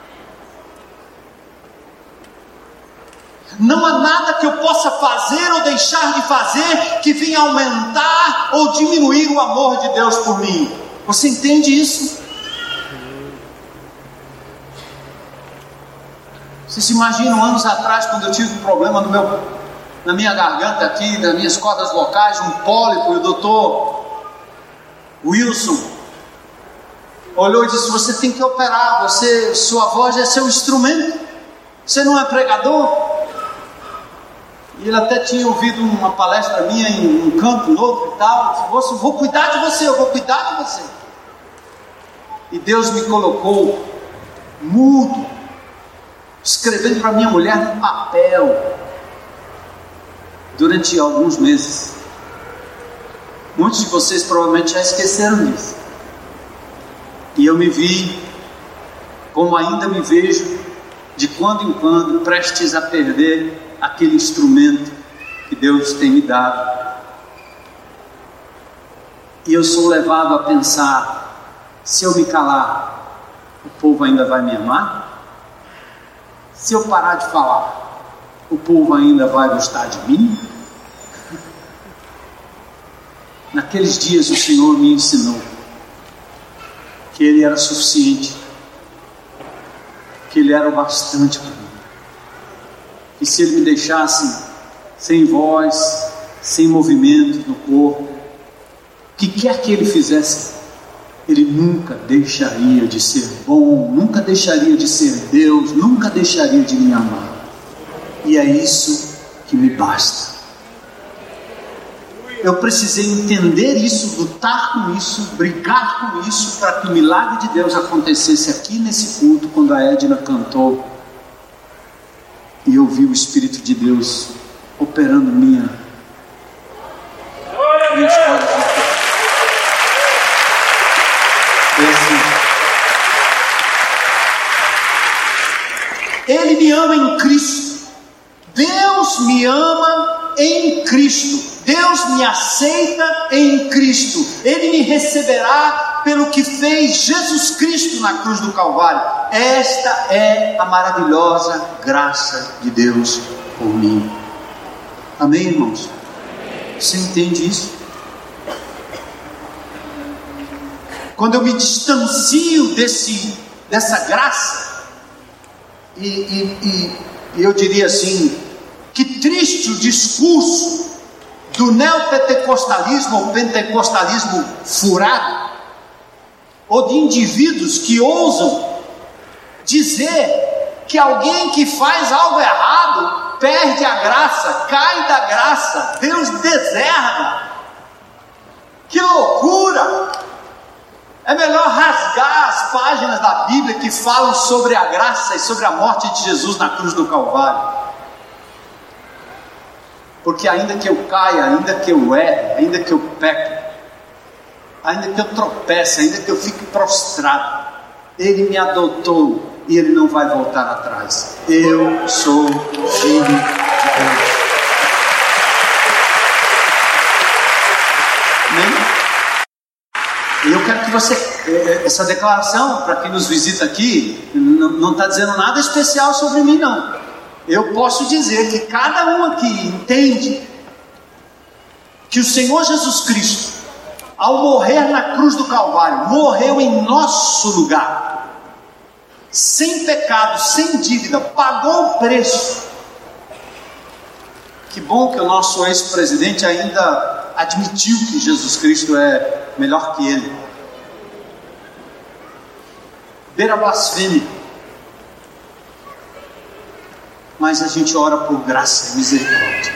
Não há nada que eu possa fazer ou deixar de fazer que venha aumentar ou diminuir o amor de Deus por mim. Você entende isso? Vocês se imaginam anos atrás, quando eu tive um problema na minha garganta aqui, nas minhas cordas vocais, um pólipo, e o doutor Wilson olhou e disse: você tem que operar, sua voz é seu instrumento, você não é pregador. E ele até tinha ouvido uma palestra minha em um canto novo e tal. Eu disse: vou cuidar de você, eu vou cuidar de você. E Deus me colocou mudo, escrevendo para minha mulher no papel, durante alguns meses. Muitos de vocês provavelmente já esqueceram disso. E eu me vi, como ainda me vejo, de quando em quando, prestes a perder aquele instrumento que Deus tem me dado. E eu sou levado a pensar: se eu me calar, o povo ainda vai me amar? Se eu parar de falar, o povo ainda vai gostar de mim? Naqueles dias o Senhor me ensinou que Ele era suficiente, que Ele era o bastante para mim, que se Ele me deixasse sem voz, sem movimento no corpo, o que quer que Ele fizesse, Ele nunca deixaria de ser bom, nunca deixaria de ser Deus, nunca deixaria de me amar. E é isso que me basta. Eu precisei entender isso, lutar com isso, brigar com isso, para que o milagre de Deus acontecesse aqui nesse culto, quando a Edna cantou e eu vi o Espírito de Deus operando minha história de fé. É assim. Ele me ama em Cristo. Deus me ama em Cristo. Deus me aceita em Cristo. Ele me receberá pelo que fez Jesus Cristo na cruz do Calvário. Esta é a maravilhosa graça de Deus por mim. Amém, irmãos? Você entende isso? Quando eu me distancio dessa graça, e eu diria assim, que triste o discurso do neopentecostalismo ou pentecostalismo furado, ou de indivíduos que ousam dizer que alguém que faz algo errado perde a graça, cai da graça, Deus deserda. Que loucura! É melhor rasgar as páginas da Bíblia que falam sobre a graça e sobre a morte de Jesus na cruz do Calvário. Porque ainda que eu caia, ainda que eu erre, ainda que eu peque, ainda que eu tropece, ainda que eu fique prostrado, Ele me adotou e Ele não vai voltar atrás. Eu sou filho de Deus. Amém? E eu quero que você, essa declaração, para quem nos visita aqui, não está dizendo nada especial sobre mim, não. Eu posso dizer que cada um aqui entende que o Senhor Jesus Cristo, ao morrer na cruz do Calvário, morreu em nosso lugar, sem pecado, sem dívida, pagou o preço. Que bom que o nosso ex-presidente ainda admitiu que Jesus Cristo é melhor que ele. Beira blasfêmia. Mas a gente ora por graça e misericórdia.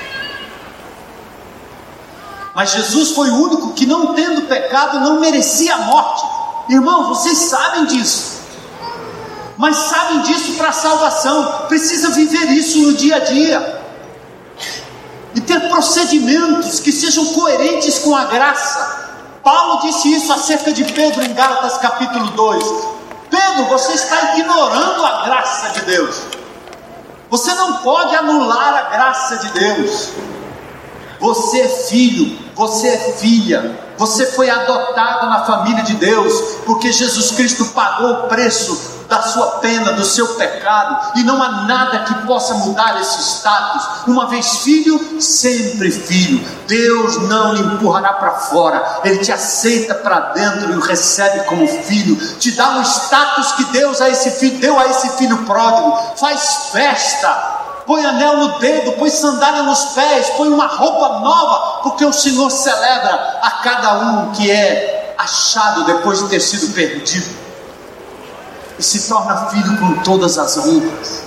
Mas Jesus foi o único que, não tendo pecado, não merecia a morte. Irmãos, vocês sabem disso. Mas sabem disso para a salvação. Precisa viver isso no dia a dia. E ter procedimentos que sejam coerentes com a graça. Paulo disse isso acerca de Pedro em Gálatas capítulo 2. Pedro, você está ignorando a graça de Deus. Você não pode anular a graça de Deus. Você é filho, você é filha, você foi adotado na família de Deus, porque Jesus Cristo pagou o preço da sua pena, do seu pecado, e não há nada que possa mudar esse status. Uma vez filho, sempre filho. Deus não lhe empurrará para fora, Ele te aceita para dentro e o recebe como filho, te dá um status que Deus deu a esse filho pródigo. Faz festa, põe anel no dedo, põe sandália nos pés, põe uma roupa nova, porque o Senhor celebra a cada um que é achado depois de ter sido perdido, e se torna filho com todas as honras.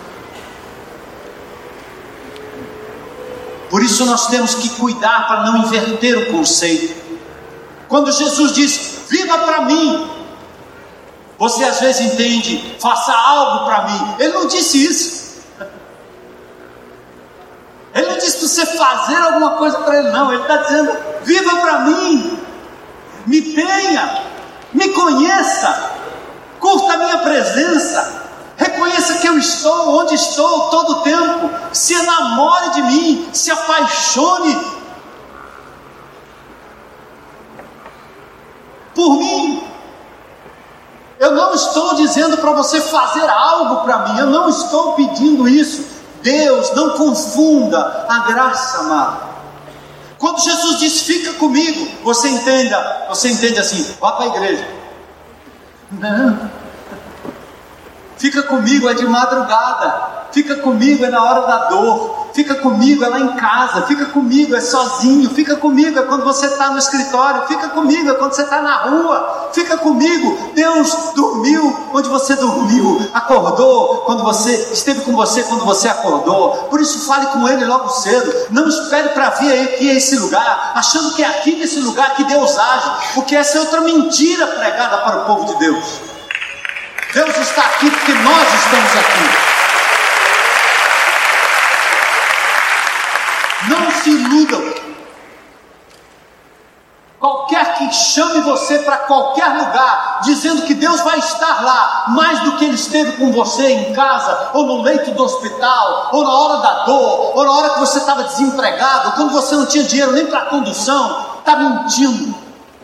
Por isso nós temos que cuidar para não inverter o conceito. Quando Jesus diz, viva para mim, você às vezes entende, faça algo para mim. Ele não disse isso. Ele não disse para você fazer alguma coisa para Ele, não. Ele está dizendo, viva para mim, me tenha, me conheça, curta a minha presença, reconheça que eu estou onde estou todo o tempo, se enamore de mim, se apaixone por mim. Eu não estou dizendo para você fazer algo para mim, eu não estou pedindo isso. Deus, não confunda a graça, amado. Quando Jesus diz, fica comigo, você entende assim, vá para a igreja. Não. Fica comigo é de madrugada. Fica comigo é na hora da dor. Fica comigo é lá em casa. Fica comigo é sozinho. Fica comigo é quando você está no escritório. Fica comigo é quando você está na rua. Fica comigo. Deus dormiu onde você dormiu. Acordou quando esteve com você quando você acordou. Por isso fale com Ele logo cedo. Não espere para vir aqui a esse lugar, achando que é aqui nesse lugar que Deus age. Porque essa é outra mentira pregada para o povo de Deus. Deus está aqui porque nós estamos aqui. Não se iludam. Qualquer que chame você para qualquer lugar, dizendo que Deus vai estar lá, mais do que Ele esteve com você em casa, ou no leito do hospital, ou na hora da dor, ou na hora que você estava desempregado, quando você não tinha dinheiro nem para a condução, está mentindo.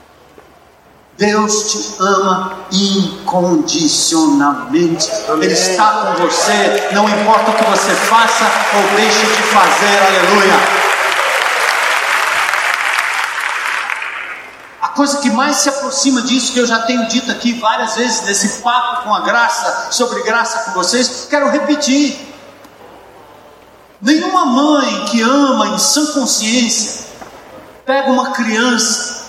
Deus te ama incondicionalmente. Ele está com você, não importa o que você faça ou deixe de fazer. Aleluia. A coisa que mais se aproxima disso, que eu já tenho dito aqui várias vezes nesse papo com a graça, sobre graça com vocês, quero repetir. Nenhuma mãe que ama em sã consciência pega uma criança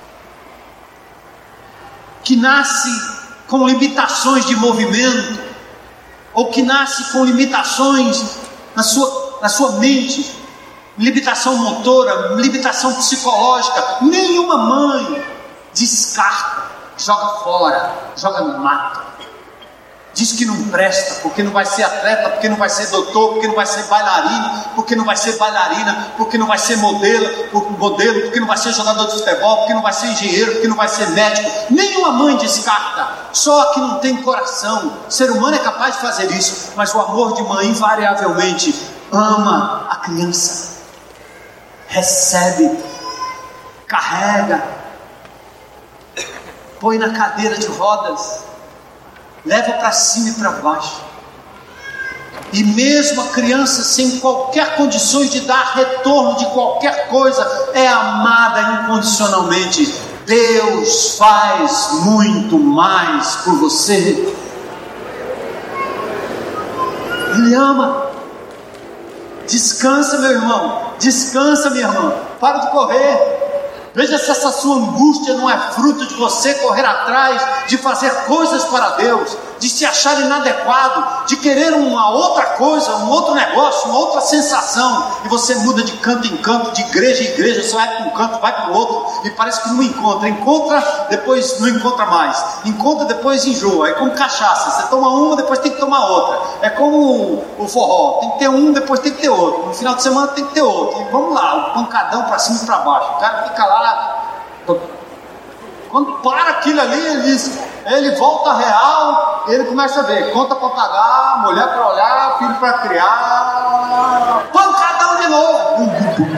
que nasce com limitações de movimento, ou que nasce com limitações na sua mente, limitação motora, limitação psicológica. Nenhuma mãe descarta, joga fora, joga no mato, diz que não presta, porque não vai ser atleta, porque não vai ser doutor, porque não vai ser bailarino, porque não vai ser bailarina, porque não vai ser modelo, porque não vai ser jogador de futebol, porque não vai ser engenheiro, porque não vai ser médico. Nenhuma mãe descarta, só que não tem coração. O ser humano é capaz de fazer isso, mas o amor de mãe invariavelmente ama a criança, recebe, carrega, põe na cadeira de rodas, leva para cima e para baixo. E mesmo a criança sem qualquer condições de dar retorno de qualquer coisa, é amada incondicionalmente. Deus faz muito mais por você. Ele ama. Descansa, meu irmão. Descansa, minha irmã. Para de correr. Veja se essa sua angústia não é fruto de você correr atrás de fazer coisas para Deus, de se achar inadequado, de querer uma outra coisa, um outro negócio, uma outra sensação, e você muda de canto em canto, de igreja em igreja, você vai para um canto, vai para o outro, e parece que não encontra, depois não encontra mais, encontra, depois enjoa. É como cachaça, você toma uma, depois tem que tomar outra. É como o forró, tem que ter um, depois tem que ter outro, no final de semana tem que ter outro, e vamos lá, o pancadão para cima e para baixo, o cara fica lá. Quando para aquilo ali, ele volta real, ele começa a ver, conta para pagar, mulher para olhar, filho para criar, pancadão de novo.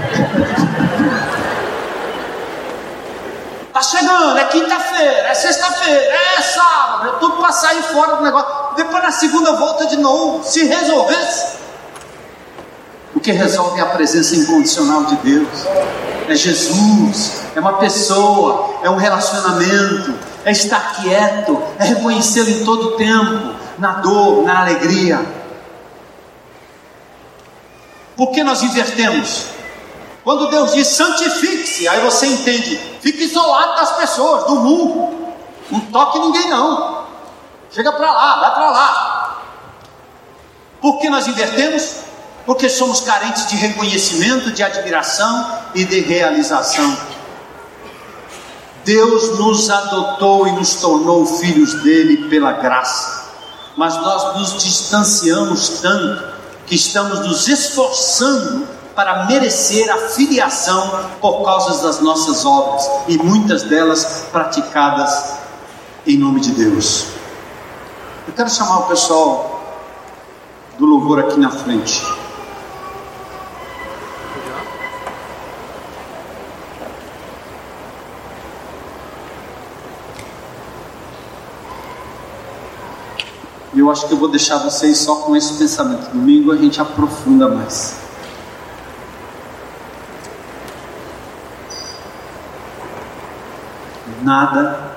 Tá chegando, é quinta-feira, é sexta-feira, é sábado, é tudo para sair fora do negócio. Depois na segunda volta de novo. Se resolvesse, o que resolve é a presença incondicional de Deus. É Jesus, é uma pessoa, é um relacionamento, é estar quieto, é reconhecê-lo em todo o tempo, na dor, na alegria. Por que nós invertemos? Quando Deus diz santifique-se, aí você entende, fique isolado das pessoas, do mundo, não toque ninguém não, chega para lá, vai para lá. Por que nós invertemos? Porque somos carentes de reconhecimento, de admiração e de realização. Deus nos adotou e nos tornou filhos dele pela graça, mas nós nos distanciamos tanto que estamos nos esforçando para merecer a filiação por causa das nossas obras, e muitas delas praticadas em nome de Deus. Eu quero chamar o pessoal do louvor aqui na frente. E eu acho que eu vou deixar vocês só com esse pensamento. Domingo a gente aprofunda mais. Nada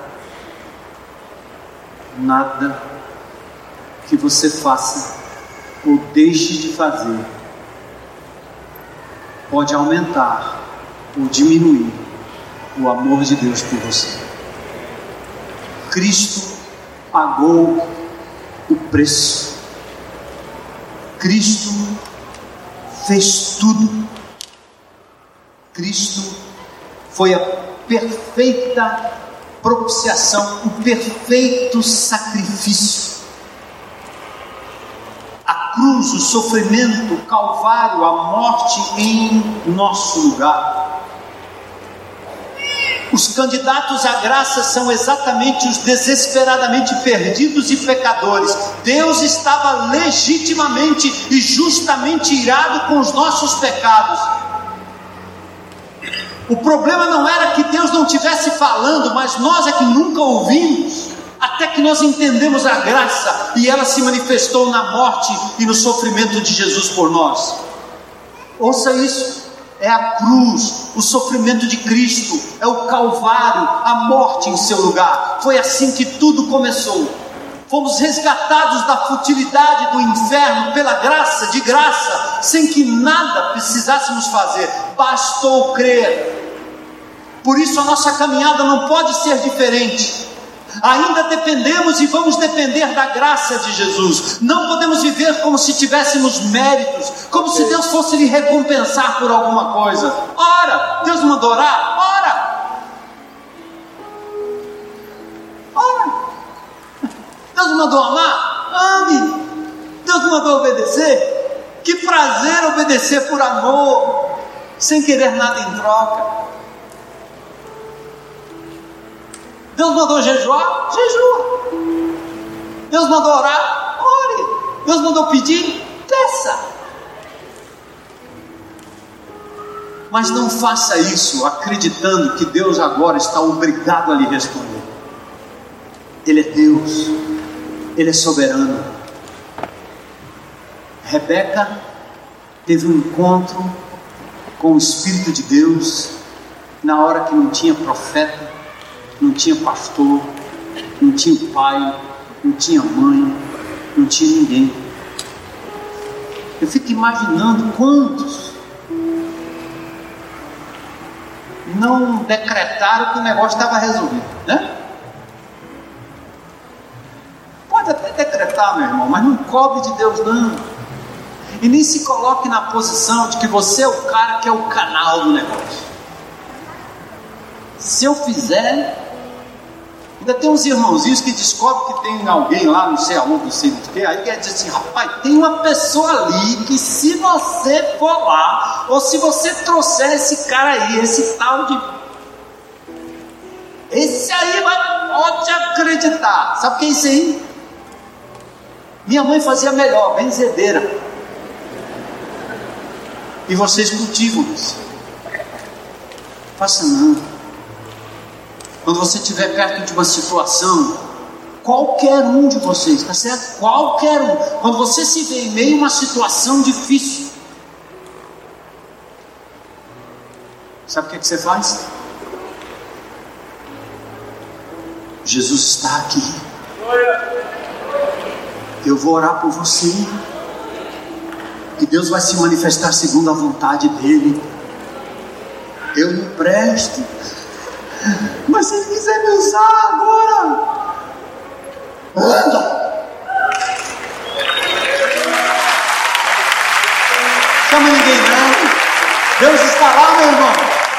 que você faça ou deixe de fazer pode aumentar ou diminuir o amor de Deus por você. Cristo pagou o preço. Cristo fez tudo. Cristo foi a perfeita propiciação, o perfeito sacrifício. A cruz, o sofrimento, o calvário, a morte em nosso lugar. Os candidatos à graça são exatamente os desesperadamente perdidos e pecadores. Deus estava legitimamente e justamente irado com os nossos pecados. O problema não era que Deus não estivesse falando, mas nós é que nunca ouvimos, até que nós entendemos a graça, e ela se manifestou na morte e no sofrimento de Jesus por nós. Ouça isso, é a cruz, o sofrimento de Cristo, é o Calvário, a morte em seu lugar. Foi assim que tudo começou. Fomos resgatados da futilidade do inferno pela graça, de graça, sem que nada precisássemos fazer, bastou crer. Por isso a nossa caminhada não pode ser diferente. Ainda dependemos e vamos depender da graça de Jesus. Não podemos viver como se tivéssemos méritos, como se Deus fosse lhe recompensar por alguma coisa. Ora, Deus mandou orar? Ora. Deus mandou amar? Ame. Deus mandou obedecer? Que prazer obedecer por amor, sem querer nada em troca. Deus mandou jejuar? Jejua. Deus mandou orar? Ore. Deus mandou pedir? Peça. Mas não faça isso acreditando que Deus agora está obrigado a lhe responder. Ele é Deus. Ele é soberano. Rebeca teve um encontro com o Espírito de Deus na hora que não tinha profeta, não tinha pastor, não tinha pai, não tinha mãe, não tinha ninguém. Eu fico imaginando quantos não decretaram que o negócio estava resolvido, né? Pode até decretar, meu irmão, mas não cobre de Deus não. E nem se coloque na posição de que você é o cara que é o canal do negócio. Se eu fizer... Ainda tem uns irmãozinhos que descobrem que tem alguém lá, não sei aonde, não sei do que, aí quer dizer assim, rapaz, tem uma pessoa ali que se você for lá, ou se você trouxer esse cara aí, esse tal de... Esse aí pode acreditar. Sabe o que é isso aí? Minha mãe fazia melhor, benzedeira. E vocês cultivam isso. Faça não. Quando você estiver perto de uma situação, qualquer um de vocês, tá certo? Qualquer um. Quando você se vê em meio a uma situação difícil, sabe o que você faz? Jesus está aqui. Eu vou orar por você. E Deus vai se manifestar segundo a vontade dEle. Eu me presto. Mas se Ele quiser me usar agora, anda. Chama ninguém não. Deus está lá, meu irmão.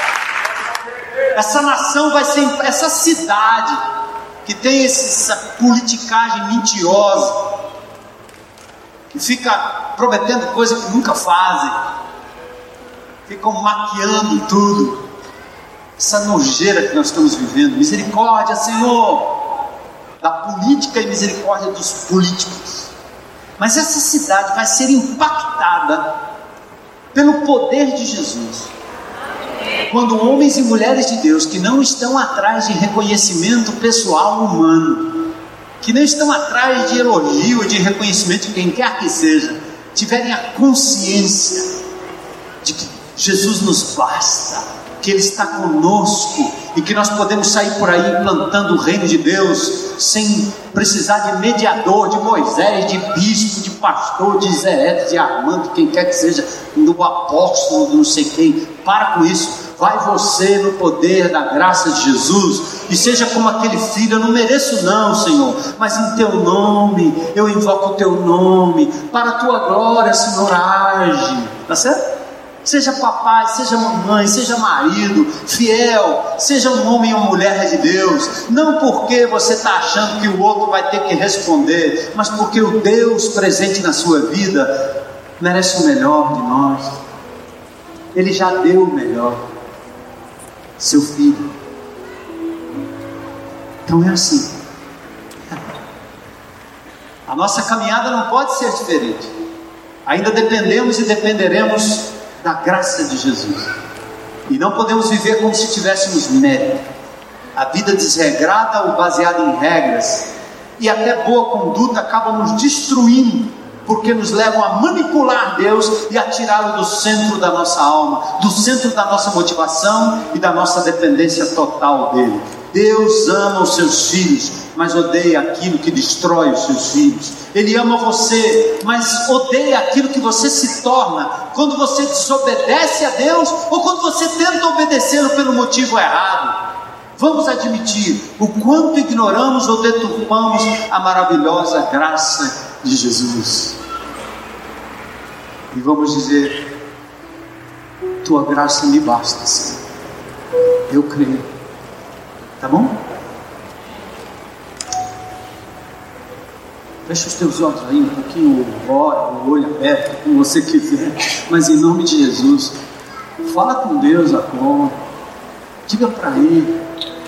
Essa nação vai ser, essa cidade que tem essa politicagem mentirosa, que fica prometendo coisa que nunca fazem, ficam maquiando tudo. Essa nojeira que nós estamos vivendo. Misericórdia, Senhor, da política e misericórdia dos políticos. Mas essa cidade vai ser impactada pelo poder de Jesus, quando homens e mulheres de Deus que não estão atrás de reconhecimento pessoal humano, que não estão atrás de elogio, de reconhecimento de quem quer que seja, tiverem a consciência de que Jesus nos basta, que Ele está conosco e que nós podemos sair por aí implantando o reino de Deus sem precisar de mediador, de Moisés, de bispo, de pastor, de Zé, de Armando, de quem quer que seja, do apóstolo, do não sei quem. Para com isso. Vai você no poder da graça de Jesus e seja como aquele filho. Eu não mereço não, Senhor, mas em Teu nome, eu invoco o Teu nome, para a Tua glória, Senhor, age. Tá certo? Seja papai, seja mamãe, seja marido, fiel, seja um homem ou mulher de Deus, não porque você está achando que o outro vai ter que responder, mas porque o Deus presente na sua vida merece o melhor de nós. Ele já deu o melhor, seu filho. Então é assim. A nossa caminhada não pode ser diferente. Ainda dependemos e dependeremos da graça de Jesus, e não podemos viver como se tivéssemos mérito. A vida desregrada ou baseada em regras e até boa conduta acabam nos destruindo, porque nos levam a manipular Deus e a tirá-lo do centro da nossa alma, do centro da nossa motivação e da nossa dependência total dele. Deus ama os seus filhos, mas odeia aquilo que destrói os seus filhos. Ele ama você, mas odeia aquilo que você se torna quando você desobedece a Deus ou quando você tenta obedecê-lo pelo motivo errado. Vamos admitir o quanto ignoramos ou deturpamos a maravilhosa graça de Jesus. E vamos dizer: Tua graça me basta, Senhor. Eu creio. Tá bom? Fecha os teus olhos aí um pouquinho, ora, o olho aberto, como você quiser, mas em nome de Jesus, fala com Deus agora, diga para Ele.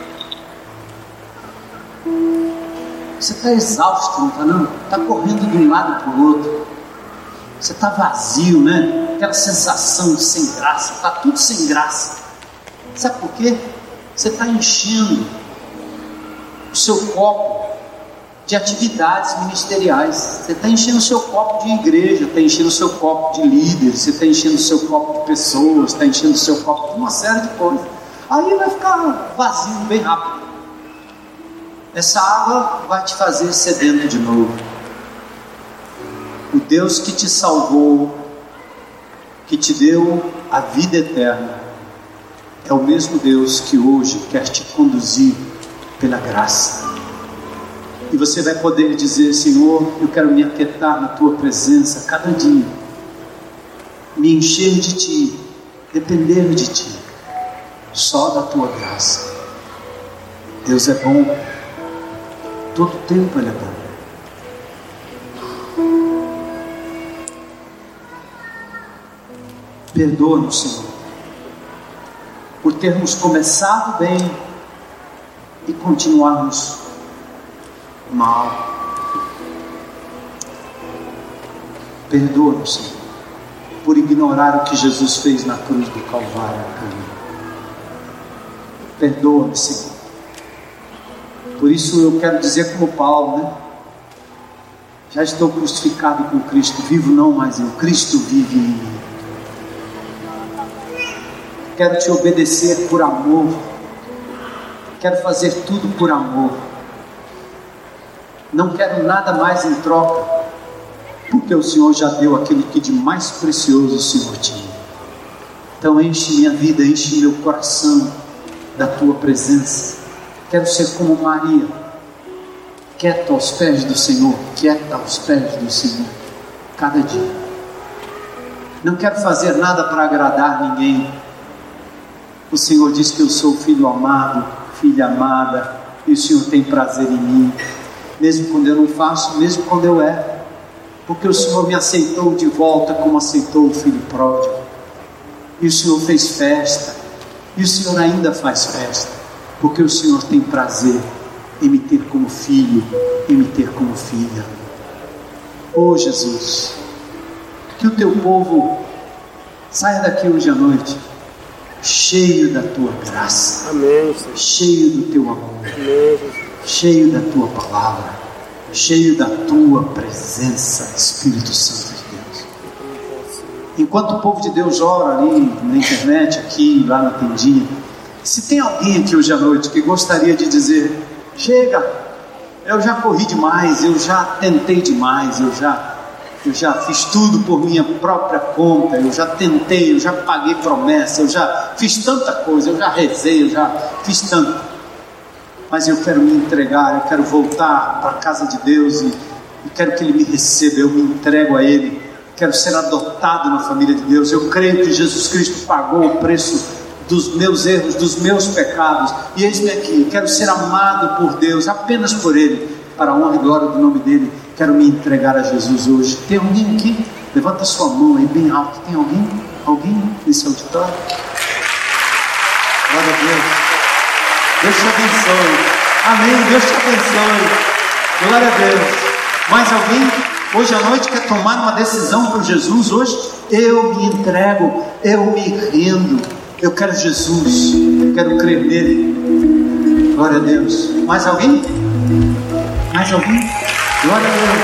Você está exausto, não está não? Está correndo de um lado para o outro, você está vazio, né? Aquela sensação de sem graça, está tudo sem graça. Sabe por quê? Você está enchendo o seu copo de atividades ministeriais, você está enchendo o seu copo de igreja, está enchendo o seu copo de líderes, você está enchendo o seu copo de pessoas, está enchendo o seu copo de uma série de coisas. Aí vai ficar vazio bem rápido. Essa água vai te fazer sedento de novo. O Deus que te salvou, que te deu a vida eterna, é o mesmo Deus que hoje quer te conduzir pela graça. E você vai poder dizer: Senhor, eu quero me aquietar na Tua presença cada dia, me encher de Ti, depender de Ti, só da Tua graça. Deus é bom, todo tempo Ele é bom. Perdoa-nos, Senhor, por termos começado bem e continuarmos mal. Perdoa-nos, Senhor, por ignorar o que Jesus fez na cruz do Calvário. Perdoa-me, Senhor. Por isso eu quero dizer como Paulo, né? Já estou crucificado com Cristo, vivo não mais eu, Cristo vive em mim. Quero te obedecer por amor, quero fazer tudo por amor, não quero nada mais em troca, porque o Senhor já deu aquilo que de mais precioso o Senhor tinha. Então enche minha vida, enche meu coração da Tua presença. Quero ser como Maria, quieta aos pés do Senhor, quieta aos pés do Senhor, cada dia. Não quero fazer nada para agradar ninguém. O Senhor diz que eu sou filho amado, filha amada, e o Senhor tem prazer em mim, mesmo quando eu não faço, mesmo quando eu erro, porque o Senhor me aceitou de volta como aceitou o filho pródigo, e o Senhor fez festa, e o Senhor ainda faz festa, porque o Senhor tem prazer em me ter como filho, em me ter como filha. Oh Jesus, que o Teu povo saia daqui hoje à noite cheio da Tua graça, amém, cheio do Teu amor, amém, cheio da Tua palavra, cheio da tua presença, Espírito Santo de Deus. Enquanto o povo de Deus ora ali na internet, aqui, lá na tendinha, se tem alguém aqui hoje à noite que gostaria de dizer: chega, eu já corri demais, eu já tentei demais, eu já fiz tudo por minha própria conta, eu já tentei, eu já paguei promessa, eu já fiz tanta coisa, eu já rezei, eu já fiz tanto, mas eu quero me entregar, eu quero voltar para a casa de Deus e quero que Ele me receba, eu me entrego a Ele, quero ser adotado na família de Deus. Eu creio que Jesus Cristo pagou o preço dos meus erros, dos meus pecados, e eis-me aqui, quero ser amado por Deus, apenas por Ele, para a honra e glória do nome dEle. Quero me entregar a Jesus hoje. Tem alguém aqui? Levanta sua mão aí bem alto. Tem alguém? Alguém nesse auditório? Glória a Deus. Deus te abençoe. Amém. Deus te abençoe. Glória a Deus. Mais alguém hoje à noite quer tomar uma decisão por Jesus hoje? Eu me entrego, eu me rendo. Eu quero Jesus, eu quero crer nele. Glória a Deus. Mais alguém? Mais alguém? Glória a Deus.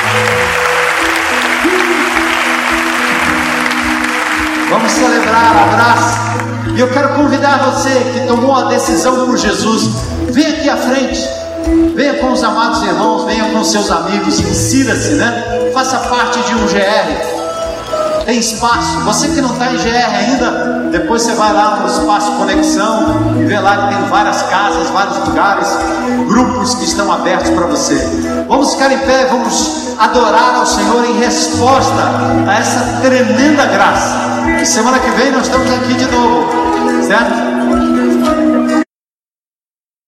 Vamos celebrar a graça. E eu quero convidar você que tomou a decisão por Jesus, venha aqui à frente, venha com os amados irmãos, venha com seus amigos, insira-se, né? Faça parte de um GR. Tem espaço. Você que não está em GR ainda, depois você vai lá no espaço Conexão e vê lá que tem várias casas, vários lugares, grupos que estão abertos para você. Vamos ficar em pé, vamos adorar ao Senhor em resposta a essa tremenda graça. E semana que vem nós estamos aqui de novo, certo?